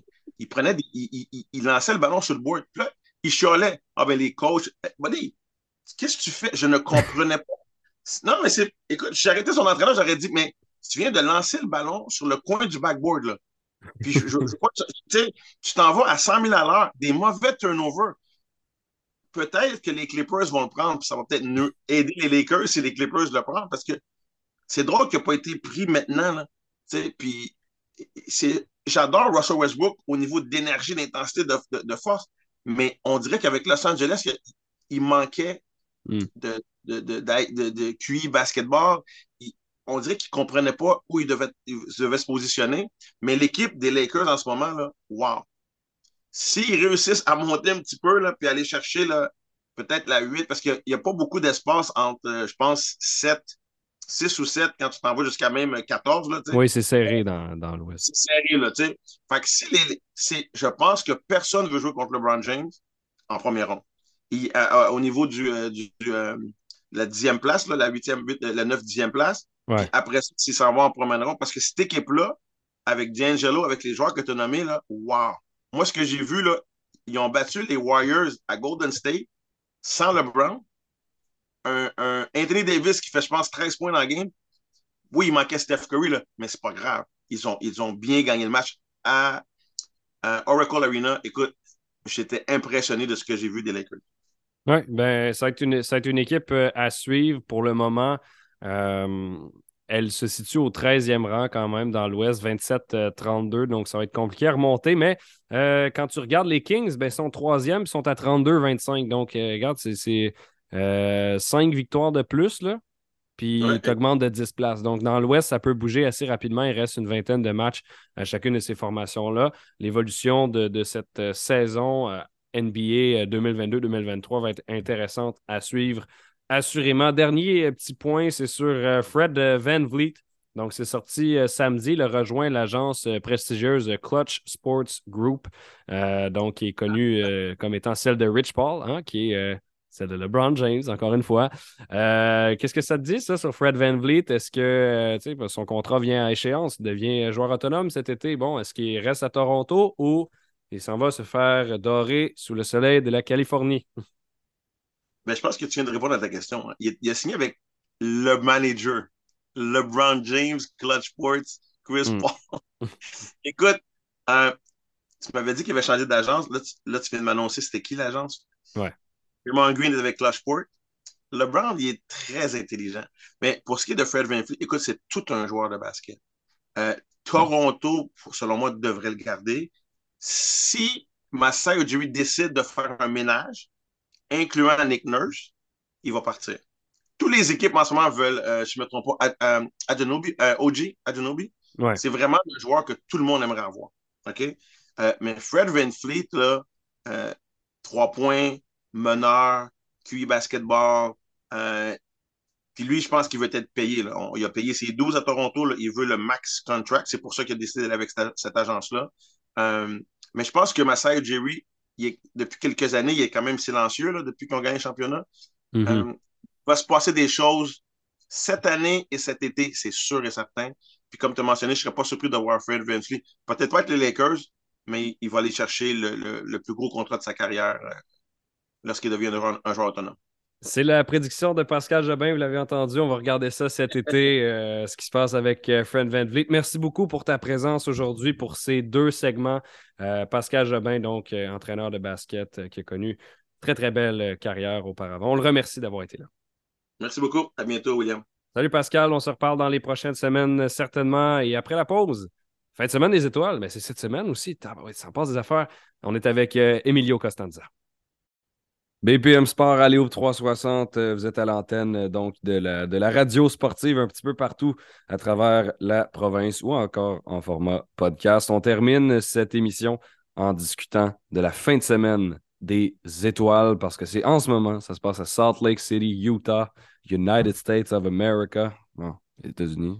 Il lançait le ballon sur le board. Puis là, il chialait. Ah ben les coachs, buddy, qu'est-ce que tu fais? Je ne comprenais pas. Non, mais écoute, j'ai arrêté son entraîneur, j'aurais dit, mais tu viens de lancer le ballon sur le coin du backboard, là. Puis je crois que tu t'en vas à 100 000 à l'heure, des mauvais turnovers. Peut-être que les Clippers vont le prendre, puis ça va peut-être aider les Lakers si les Clippers le prennent, parce que c'est drôle qu'il n'a pas été pris maintenant, là. Puis j'adore Russell Westbrook au niveau d'énergie, d'intensité, de force, mais on dirait qu'avec Los Angeles, il manquait Hmm. de QI basketball. On dirait qu'il ne comprenait pas où il devait se positionner. Mais l'équipe des Lakers en ce moment, là, wow. S'ils réussissent à monter un petit peu, là, puis aller chercher là, peut-être la 8, parce qu'il n'y a pas beaucoup d'espace entre, je pense, 7, 6 ou 7 quand tu t'en vas jusqu'à même 14. Là, Oui, c'est serré dans l'Ouest. c'est serré. Là, t'sais. Fait que je pense que personne ne veut jouer contre LeBron James en première ronde. Au niveau la 10e place, là, la 8e, la 9, 10e place. Puis Ouais. après ça, s'il s'en va en première ronde, parce que cette équipe-là, avec D'Angelo, avec les joueurs que tu as nommés, là, wow. Moi, ce que j'ai vu, là, ils ont battu les Warriors à Golden State sans LeBron. Un Anthony Davis qui fait, je pense, 13 points dans le game. Oui, il manquait Steph Curry, là, mais c'est pas grave. Ils ont bien gagné le match Oracle Arena, écoute, j'étais impressionné de ce que j'ai vu des Lakers. Oui, ben, ça va être une équipe à suivre pour le moment. Euh, Elle se situe au 13e rang quand même dans l'Ouest, 27-32, donc ça va être compliqué à remonter. Mais quand tu regardes les Kings, ben, ils sont troisième, ils sont à 32-25. Donc, regarde, c'est 5 victoires de plus, là, puis tu Ouais, augmentes de 10 places. Donc, dans l'Ouest, ça peut bouger assez rapidement. Il reste une vingtaine de matchs à chacune de ces formations-là. L'évolution de cette saison NBA 2022-2023 va être intéressante à suivre. Assurément. Dernier petit point, c'est sur Fred Van Vliet. Donc, c'est sorti samedi. Il a rejoint l'agence prestigieuse Clutch Sports Group, donc qui est connue comme étant celle de Rich Paul, hein, qui est celle de LeBron James, encore une fois. Qu'est-ce que ça te dit, ça, sur Fred Van Vliet? Est-ce que son contrat vient à échéance, il devient joueur autonome cet été? Bon, est-ce qu'il reste à Toronto ou il s'en va se faire dorer sous le soleil de la Californie? ben, je pense que tu viens de répondre à ta question. Hein. Il a signé avec le manager, LeBron James, Clutch Sports, Chris Hmm. Paul. Écoute, euh, tu m'avais dit qu'il avait changé d'agence. Là, tu viens de m'annoncer c'était qui l'agence? Ouais. Raymond Green est avec Clutch Sports. LeBron, il est très intelligent. Mais pour ce qui est de Fred VanVleet, écoute, c'est tout un joueur de basket. Toronto, selon moi, devrait le garder. Si Masai Ujiri décide de faire un ménage, incluant Nick Nurse, il va partir. Toutes les équipes en ce moment veulent, je ne me trompe pas, OG Adunobi. Ouais. C'est vraiment le joueur que tout le monde aimerait avoir. OK? Mais Fred VanVleet, là, 3 points, meneur, QI basketball, euh, puis lui, je pense qu'il veut être payé. Là. Il a payé ses 12 à Toronto. Là. Il veut le max contract. C'est pour ça qu'il a décidé d'aller avec cette agence-là. Mais je pense que Masai Ujiri, depuis quelques années, il est quand même silencieux là, depuis qu'on gagne le championnat. Mhm. Il va se passer des choses cette année et cet été, c'est sûr et certain. Puis comme tu as mentionné, je ne serais pas surpris de voir Fred VanVleet. Peut-être pas être les Lakers, mais il va aller chercher le plus gros contrat de sa carrière lorsqu'il deviendra un joueur autonome. C'est la prédiction de Pascal Jobin, vous l'avez entendu. On va regarder ça cet été, ce qui se passe avec Fred VanVleet. Merci beaucoup pour ta présence aujourd'hui pour ces deux segments. Pascal Jobin, donc entraîneur de basket qui a connu très, très belle carrière auparavant. On le remercie d'avoir été là. Merci beaucoup. À bientôt, William. Salut Pascal, on se reparle dans les prochaines semaines certainement. Et après la pause, fin de semaine des étoiles, mais c'est cette semaine aussi. Ouais, ça en passe des affaires. On est avec Emilio Costanza. BPM Sport, Aléo 360, vous êtes à l'antenne donc de la radio sportive un petit peu partout à travers la province ou encore en format podcast. On termine cette émission en discutant de la fin de semaine des étoiles parce que c'est en ce moment, ça se passe à Salt Lake City, Utah, United States of America, bon, les États-Unis.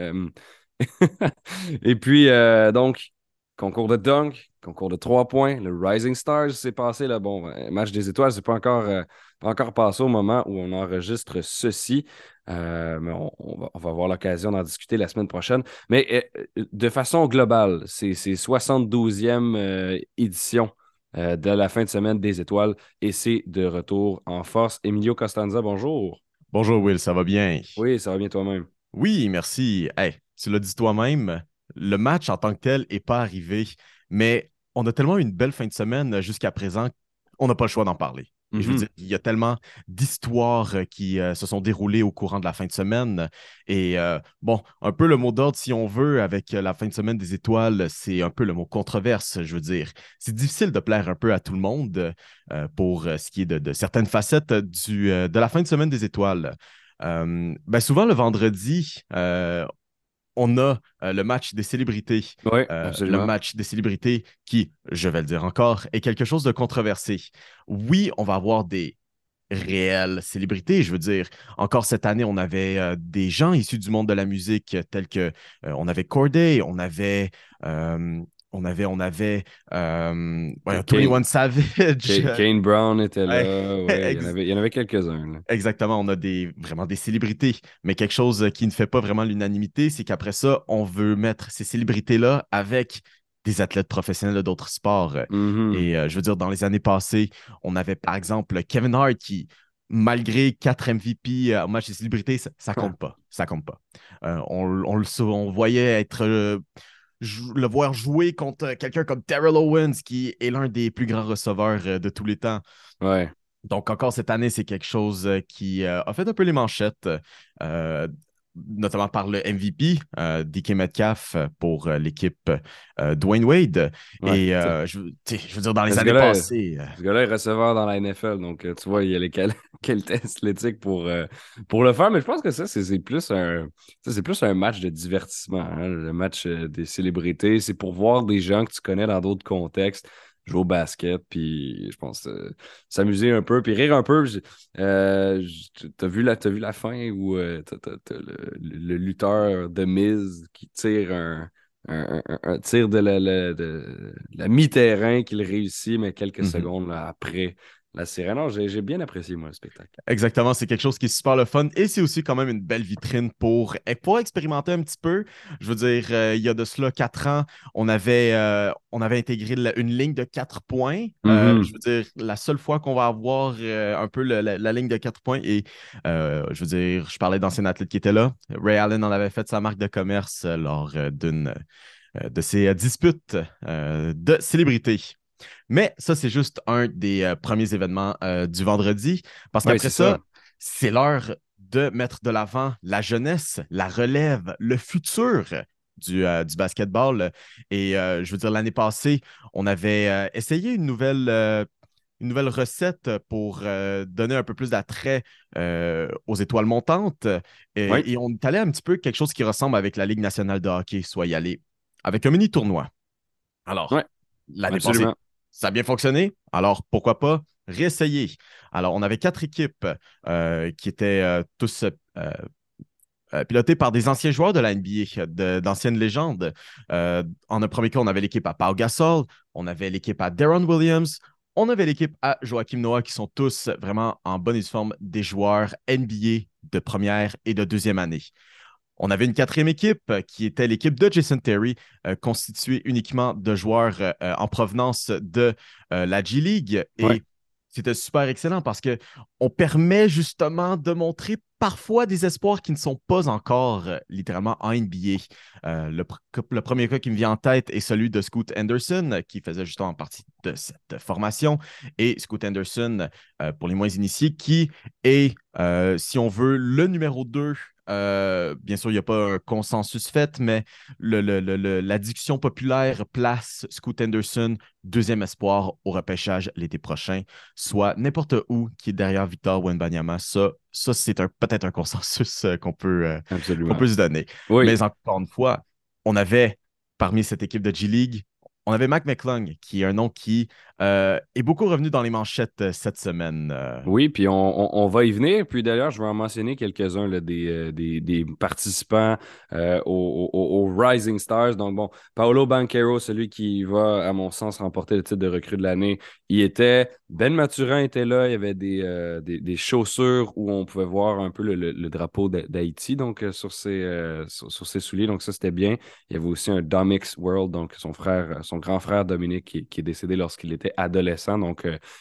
Et puis, donc, concours de dunk, concours de 3 points, le Rising Stars s'est passé. Là, bon, match des étoiles, c'est pas encore passé au moment où on enregistre ceci. Mais on va avoir l'occasion d'en discuter la semaine prochaine. Mais de façon globale, c'est 72e édition de la fin de semaine des étoiles et c'est de retour en force. Emilio Costanza, bonjour. Bonjour Will, ça va bien? Oui, ça va bien toi-même. Oui, merci. Hey, tu l'as dit toi-même, le match en tant que tel n'est pas arrivé, mais on a tellement eu une belle fin de semaine jusqu'à présent, on n'a pas le choix d'en parler. Et je veux Mhm. dire, il y a tellement d'histoires qui se sont déroulées au courant de la fin de semaine. Et bon, un peu le mot d'ordre, si on veut, avec la fin de semaine des étoiles, c'est un peu le mot controverse, je veux dire. C'est difficile de plaire un peu à tout le monde pour ce qui est de certaines facettes de la fin de semaine des étoiles. Ben souvent, le vendredi, on a le match des célébrités. Oui, Le absolument. match des célébrités qui, je vais le dire encore, est quelque chose de controversé. Oui, on va avoir des réelles célébrités. Je veux dire, encore cette année, on avait des gens issus du monde de la musique tels que on avait Corday, euh, on avait ouais, Kane, 21 Savage. Kane Brown était Ouais, là. Ouais, il y en avait quelques-uns, là. exactement, on a vraiment des célébrités, mais quelque chose qui ne fait pas vraiment l'unanimité, c'est qu'après ça, on veut mettre ces célébrités-là avec des athlètes professionnels d'autres sports. Mhm. Et je veux dire, dans les années passées, on avait par exemple Kevin Hart qui, malgré 4 MVP au match des célébrités, ça compte pas. Ça compte pas. On voyait être le voir jouer contre quelqu'un comme Terrell Owens, qui est l'un des plus grands receveurs de tous les temps. Ouais. Donc, encore cette année, c'est quelque chose qui a fait un peu les manchettes, notamment par le MVP, DK Metcalf, pour l'équipe Dwayne Wade. Ouais. Et je veux dire, dans les Ce années gars-là, passées. ce gars-là est receveur dans la NFL, donc tu vois, il y a les qualités athlétiques pour le faire, mais je pense que ça, c'est plus un match de divertissement, hein, le match des célébrités. C'est pour voir des gens que tu connais dans d'autres contextes jouer au basket, puis je pense s'amuser un peu, puis rire un peu. T'as vu la fin où t'as le lutteur de Miz qui tire un tir de la mi-terrain qu'il réussit, mais quelques Mhm. secondes là, après la sirène. Non, j'ai bien apprécié, moi, le spectacle. Exactement, c'est quelque chose qui est super le fun et c'est aussi quand même une belle vitrine pour expérimenter un petit peu. Je veux dire, il y a de cela 4 ans, on avait intégré une ligne de 4 points. Je Mhm. veux dire, la seule fois qu'on va avoir un peu la ligne de 4 points et je veux dire, je parlais d'anciens athlètes qui étaient là. Ray Allen en avait fait sa marque de commerce lors d'une de ses disputes de célébrité. Mais ça, c'est juste un des premiers événements du vendredi, parce Oui, qu'après c'est ça. ça, c'est l'heure de mettre de l'avant la jeunesse, la relève, le futur du basketball. Et je veux dire, l'année passée, on avait essayé une nouvelle recette pour donner un peu plus d'attrait aux étoiles montantes. Oui, Et on est allé un petit peu quelque chose qui ressemble avec la Ligue nationale de hockey, soit y aller avec un mini tournoi. oui, Alors, l'année passée, absolument. ça a bien fonctionné. Alors, pourquoi pas réessayer? Alors, on avait 4 équipes qui étaient tous pilotées par des anciens joueurs de la NBA, d'anciennes légendes. En un premier cas, on avait l'équipe à Pau Gasol, on avait l'équipe à Deron Williams, on avait l'équipe à Joachim Noah, qui sont tous vraiment en bonne forme des joueurs NBA de première et de deuxième année. On avait une quatrième équipe qui était l'équipe de Jason Terry, constituée uniquement de joueurs en provenance de la G-League. Oui, Et c'était super excellent parce que on permet justement de montrer parfois des espoirs qui ne sont pas encore littéralement en NBA. Le premier cas qui me vient en tête est celui de Scoot Anderson, qui faisait justement partie de cette formation. Et Scoot Anderson, pour les moins initiés, qui est, si on veut, le numéro 2. Bien sûr, il n'y a pas un consensus fait, mais la discussion populaire place Scoot Anderson deuxième espoir au repêchage l'été prochain, soit n'importe où qui est derrière Victor Wembanyama. Ça c'est peut-être un consensus qu'on absolument. peut se donner. Oui. Mais encore une fois, on avait parmi cette équipe de G-League, on avait Mac McClung, qui est un nom qui est beaucoup revenu dans les manchettes cette semaine. Oui, puis on va y venir. Puis d'ailleurs, je vais en mentionner quelques-uns là, des participants aux Rising Stars. Donc bon, Paolo Banchero, celui qui va, à mon sens, remporter le titre de recrue de l'année, il était. Ben Mathurin était là. Il y avait des chaussures où on pouvait voir un peu le drapeau d'Haïti donc sur ses souliers. Donc ça, c'était bien. Il y avait aussi un Domix World, donc son grand frère Dominique, qui est décédé lorsqu'il était adolescent. Donc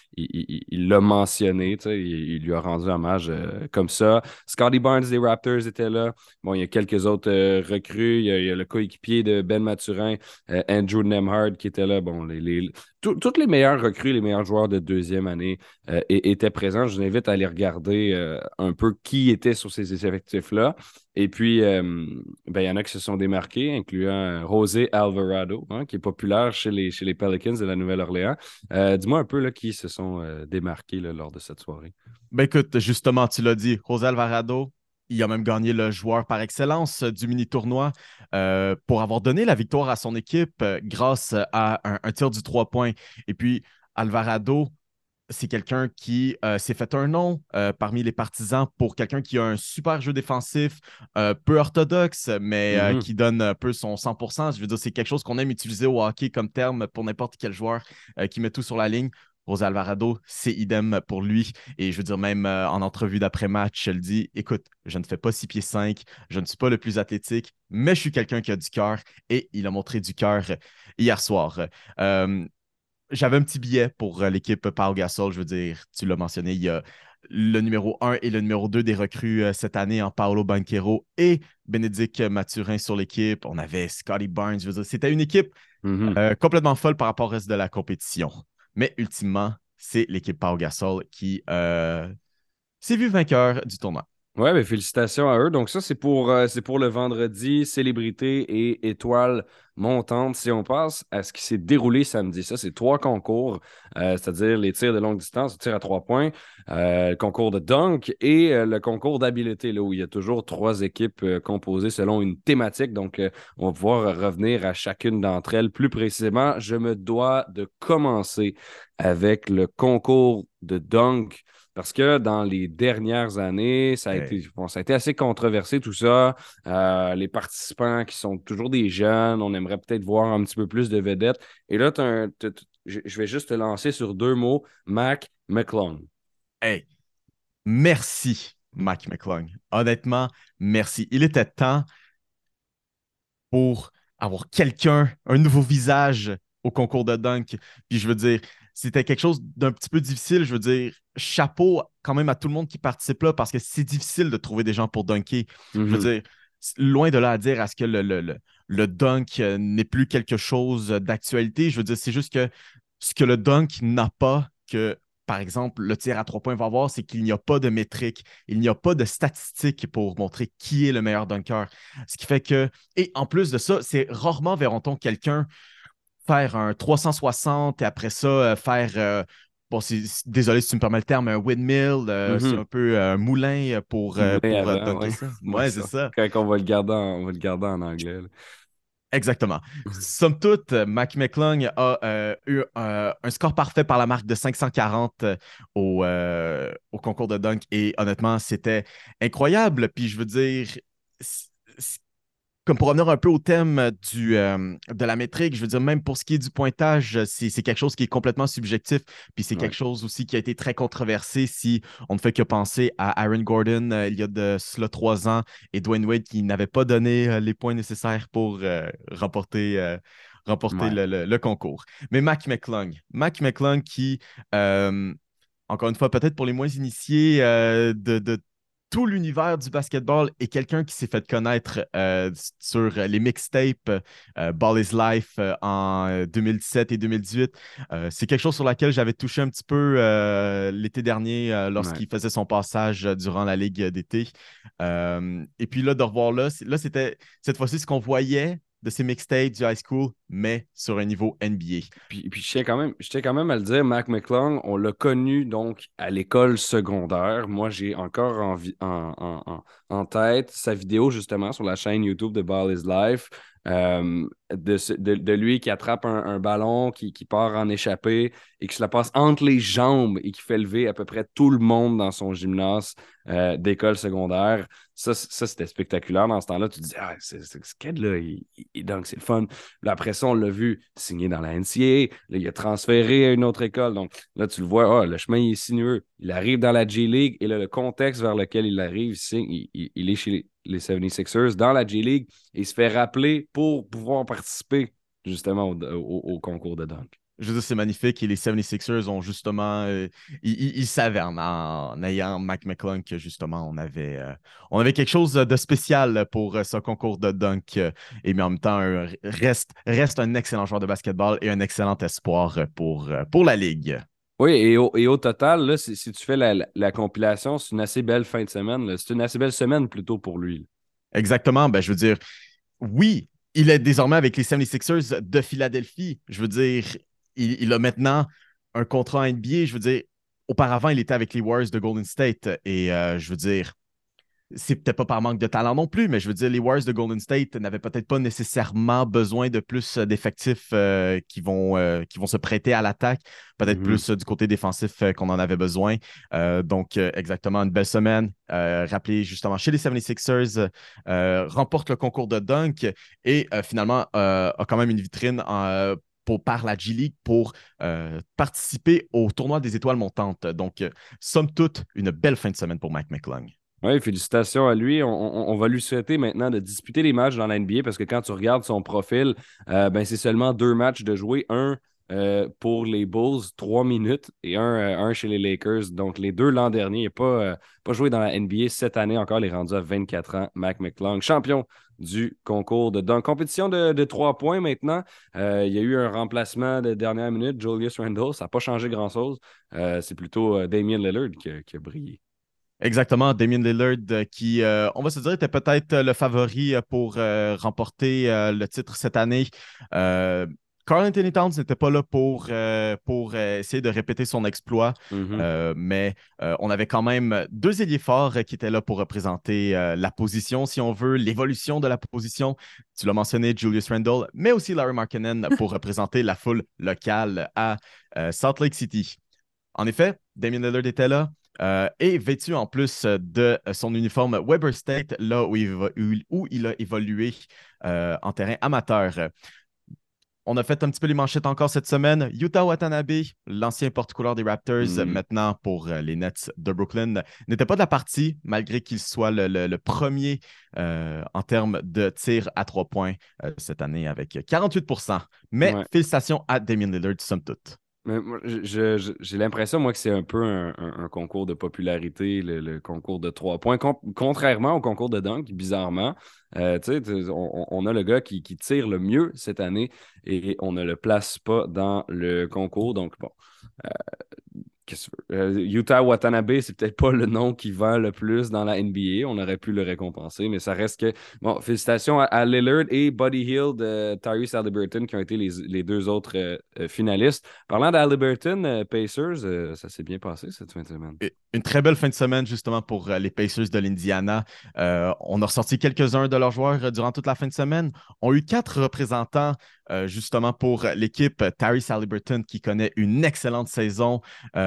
il l'a mentionné, tu sais, il lui a rendu hommage comme ça. Scotty Barnes des Raptors était là. Bon, il y a quelques autres recrues. Il y a le coéquipier de Ben Mathurin, Andrew Nemhard, qui était là. Bon, toutes les meilleures recrues, les meilleurs joueurs de deuxième année étaient présents. Je vous invite à aller regarder un peu qui était sur ces effectifs-là. Et puis, ben, il y en a qui se sont démarqués, incluant José Alvarado, hein, qui est populaire chez les Pelicans de la Nouvelle-Orléans. Dis-moi un peu là, qui se sont démarqués là, lors de cette soirée. Ben écoute, justement, tu l'as dit, José Alvarado, il a même gagné le joueur par excellence du mini-tournoi pour avoir donné la victoire à son équipe grâce à un tir du 3 points. Et puis, Alvarado, c'est quelqu'un qui s'est fait un nom parmi les partisans pour quelqu'un qui a un super jeu défensif, peu orthodoxe, mais Mhm. qui donne un peu son 100%. Je veux dire, c'est quelque chose qu'on aime utiliser au hockey comme terme pour n'importe quel joueur qui met tout sur la ligne. José Alvarado, c'est idem pour lui. Et je veux dire, même en entrevue d'après-match, elle dit, écoute, je ne fais pas 6 pieds 5, je ne suis pas le plus athlétique, mais je suis quelqu'un qui a du cœur. Et il a montré du cœur hier soir. Euh, J'avais un petit billet pour l'équipe Pau Gasol. Je veux dire, tu l'as mentionné, le numéro 1 et le numéro 2 des recrues cette année en Paolo Banchero et Bénédicte Mathurin sur l'équipe. On avait Scotty Barnes. Je veux dire, c'était une équipe complètement folle par rapport au reste de la compétition. Mais ultimement, c'est l'équipe Pau Gasol qui s'est vue vainqueur du tournoi. Ouais, mais félicitations à eux. Donc ça, c'est pour le vendredi, célébrité et étoile montante. Si on passe à ce qui s'est déroulé samedi, ça, c'est 3 concours, c'est-à-dire les tirs de longue distance, le tir à 3 points, le concours de dunk et le concours d'habileté, là, où il y a toujours 3 équipes composées selon une thématique. Donc, on va pouvoir revenir à chacune d'entre elles plus précisément. Je me dois de commencer avec le concours de dunk. Parce que dans les dernières années, ça a été assez controversé tout ça. Les participants qui sont toujours des jeunes, on aimerait peut-être voir un petit peu plus de vedettes. Et là, je vais juste te lancer sur 2 mots, Mac McClung. Hey, merci, Mac McClung. Honnêtement, merci. Il était temps pour avoir quelqu'un, un nouveau visage au concours de dunk. Puis je veux dire, c'était quelque chose d'un petit peu difficile. Je veux dire, chapeau quand même à tout le monde qui participe là parce que c'est difficile de trouver des gens pour dunker. Je veux dire, loin de là à dire à ce que le dunk n'est plus quelque chose d'actualité. Je veux dire, c'est juste que ce que le dunk n'a pas, que par exemple, le tir à 3 points va avoir, c'est qu'il n'y a pas de métrique, il n'y a pas de statistiques pour montrer qui est le meilleur dunker. Ce qui fait que, et en plus de ça, c'est rarement verra-t-on quelqu'un faire un 360 et après ça, bon, désolé si tu me permets le terme, un windmill, c'est un peu un moulin pour Avant, dunker ouais. ça. Ouais, c'est ça. Quand on va on va le garder en anglais. Là. Exactement. Somme toute, Mac McClung a eu un score parfait par la marque de 540 au concours de dunk et honnêtement, c'était incroyable. Puis je veux dire, comme pour revenir un peu au thème de la métrique, je veux dire, même pour ce qui est du pointage, c'est quelque chose qui est complètement subjectif. Puis c'est quelque chose aussi qui a été très controversé si on ne fait que penser à Aaron Gordon il y a de cela 3 ans et Dwayne Wade qui n'avait pas donné les points nécessaires pour remporter le concours. Mais Mac McClung qui, encore une fois, peut-être pour les moins initiés de tout l'univers du basketball est quelqu'un qui s'est fait connaître sur les mixtapes Ball is Life en 2017 et 2018. C'est quelque chose sur laquelle j'avais touché un petit peu l'été dernier lorsqu'il faisait son passage durant la Ligue d'été. Et puis là, de revoir c'était cette fois-ci ce qu'on voyait de ces mixtapes du high school, mais sur un niveau NBA. Puis je tiens quand même à le dire, Mac McClung, on l'a connu donc à l'école secondaire. Moi, j'ai encore en tête sa vidéo justement sur la chaîne YouTube de Ball is Life. De lui qui attrape un ballon, qui part en échappée et qui se la passe entre les jambes et qui fait lever à peu près tout le monde dans son gymnase d'école secondaire. Ça c'était spectaculaire dans ce temps-là. Tu te dis, ah, ce kid-là, donc c'est le fun. Là, après ça, on l'a vu signer dans la NCAA. Là, il a transféré à une autre école. Donc là, tu le vois, le chemin il est sinueux. Il arrive dans la G-League et là, le contexte vers lequel il arrive, il est chez les 76ers dans la G-League et il se fait rappeler pour pouvoir participer justement au concours de dunk. Je veux dire, c'est magnifique et les 76ers ont justement, ils savaient en ayant Mac McClung que justement on avait quelque chose de spécial pour ce concours de dunk et mais en même temps reste un excellent joueur de basketball et un excellent espoir pour la ligue. Oui, et au total, là, si tu fais la compilation, c'est une assez belle fin de semaine. Là. C'est une assez belle semaine plutôt pour lui. Là. Exactement. Ben, je veux dire, oui, il est désormais avec les 76ers de Philadelphie. Je veux dire, il a maintenant un contrat NBA. Je veux dire, auparavant, il était avec les Warriors de Golden State. Et je veux dire, c'est peut-être pas par manque de talent non plus, mais je veux dire, les Warriors de Golden State n'avaient peut-être pas nécessairement besoin de plus d'effectifs qui vont se prêter à l'attaque, peut-être plus du côté défensif qu'on en avait besoin. Donc, exactement, une belle semaine. Rappelez justement, chez les 76ers, remporte le concours de dunk et finalement a quand même une vitrine par la G-League pour participer au tournoi des étoiles montantes. Donc, somme toute, une belle fin de semaine pour Mac McClung. Oui, félicitations à lui. On va lui souhaiter maintenant de disputer les matchs dans la NBA parce que quand tu regardes son profil, c'est seulement 2 matchs de jouer. Un pour les Bulls, 3 minutes, et un chez les Lakers. Donc, les deux l'an dernier. Il n'a pas joué dans la NBA cette année encore. Il est rendu à 24 ans. Mac McClung, champion du concours dans compétition de 3 points maintenant. Il y a eu un remplacement de dernière minute, Julius Randle. Ça n'a pas changé grand-chose. C'est plutôt Damian Lillard qui a brillé. Exactement, Damian Lillard qui, on va se dire, était peut-être le favori pour remporter le titre cette année. Karl Anthony Towns n'était pas là pour essayer de répéter son exploit, mais on avait quand même deux ailiers forts qui étaient là pour représenter la position, si on veut, l'évolution de la position. Tu l'as mentionné, Julius Randle, mais aussi Larry Markkanen pour représenter la foule locale à Salt Lake City. En effet, Damian Lillard était là. Et vêtu en plus de son uniforme Weber State, là où il a évolué en terrain amateur. On a fait un petit peu les manchettes encore cette semaine. Yuta Watanabe, l'ancien porte-couleur des Raptors, maintenant pour les Nets de Brooklyn, n'était pas de la partie, malgré qu'il soit le premier en termes de tir à 3 points cette année avec 48%. Mais félicitations à Damian Lillard, somme toute. Mais moi, j'ai l'impression, moi, que c'est un peu un concours de popularité, le concours de 3 points, contrairement au concours de dunk, bizarrement. On a le gars qui tire le mieux cette année et on ne le place pas dans le concours. Donc, bon, qu'est-ce que tu veux? Yuta Watanabe, c'est peut-être pas le nom qui vend le plus dans la NBA. On aurait pu le récompenser, mais ça reste que. Bon, félicitations à Lillard et Buddy Hield, Tyrese Haliburton, qui ont été les deux autres finalistes. Parlant d'Haliburton, Pacers, ça s'est bien passé cette fin de semaine. Une très belle fin de semaine, justement, pour les Pacers de l'Indiana. On a ressorti quelques-uns de leurs joueurs durant toute la fin de semaine. On a eu 4 représentants, justement, pour l'équipe. Tyrese Haliburton, qui connaît une excellente saison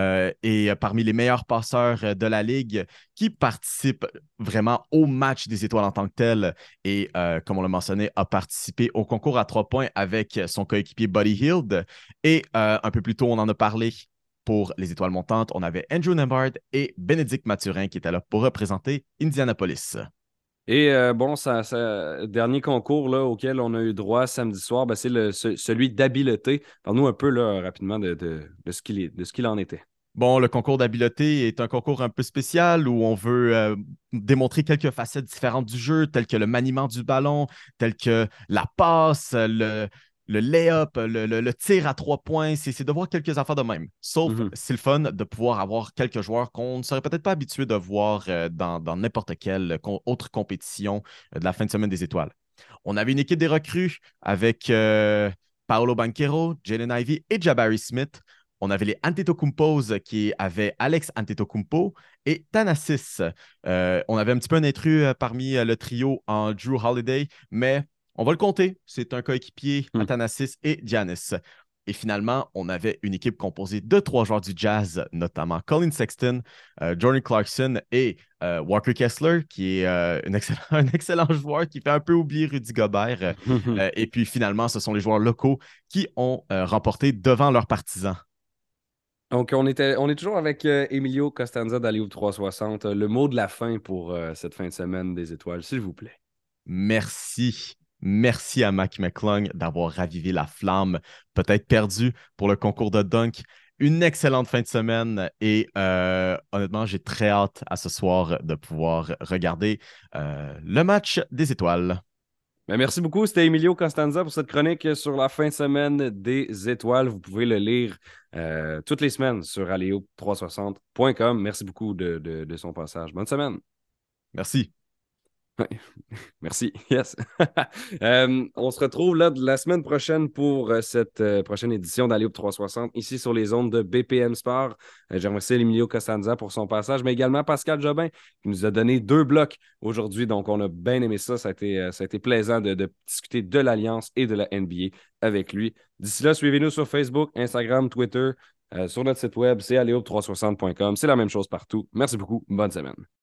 et parmi les meilleurs passeurs de la Ligue, qui participe vraiment au match des étoiles en tant que tel. Et, comme on l'a mentionné, a participé au concours à 3 points avec son coéquipier Buddy Hield. Et un peu plus tôt, on en a parlé. Pour les étoiles montantes, on avait Andrew Nembhard et Bénédicte Mathurin qui étaient là pour représenter Indianapolis. Et dernier concours là, auquel on a eu droit samedi soir, ben, c'est celui d'habileté. Parle-nous un peu là, rapidement de ce qu'il en était. Bon, le concours d'habileté est un concours un peu spécial où on veut démontrer quelques facettes différentes du jeu, telles que le maniement du ballon, telles que la passe, le lay-up, le tir à 3 points, c'est de voir quelques affaires de même. Sauf, c'est le fun de pouvoir avoir quelques joueurs qu'on ne serait peut-être pas habitué de voir dans n'importe quelle autre compétition de la fin de semaine des étoiles. On avait une équipe des recrues avec Paolo Banchero, Jaden Ivey et Jabari Smith. On avait les Antetokounmpos qui avaient Alex Antetokounmpo et Thanasis. On avait un petit peu un intrus parmi le trio en Drew Holiday, mais on va le compter. C'est un coéquipier, Thanasis et Giannis. Et finalement, on avait une équipe composée de 3 joueurs du Jazz, notamment Colin Sexton, Jordan Clarkson et Walker Kessler, qui est un excellent joueur qui fait un peu oublier Rudy Gobert. Et puis finalement, ce sont les joueurs locaux qui ont remporté devant leurs partisans. Donc, on est toujours avec Emilio Costanza d'Alioupe 360. Le mot de la fin pour cette fin de semaine des étoiles, s'il vous plaît. Merci. Merci à Mac McClung d'avoir ravivé la flamme, peut-être perdue pour le concours de dunk. Une excellente fin de semaine et honnêtement, j'ai très hâte à ce soir de pouvoir regarder le match des étoiles. Ben, merci beaucoup. C'était Emilio Costanza pour cette chronique sur la fin de semaine des étoiles. Vous pouvez le lire toutes les semaines sur aleo360.com. Merci beaucoup de son passage. Bonne semaine. Merci. Merci. Yes. On se retrouve là la semaine prochaine pour cette prochaine édition d'Alioub 360 ici sur les ondes de BPM Sport. Je remercie Emilio Costanza pour son passage, mais également Pascal Jobin qui nous a donné 2 blocs aujourd'hui. Donc, on a bien aimé ça. Ça a été plaisant de discuter de l'Alliance et de la NBA avec lui. D'ici là, suivez-nous sur Facebook, Instagram, Twitter, sur notre site web, c'est alioub360.com. C'est la même chose partout. Merci beaucoup. Bonne semaine.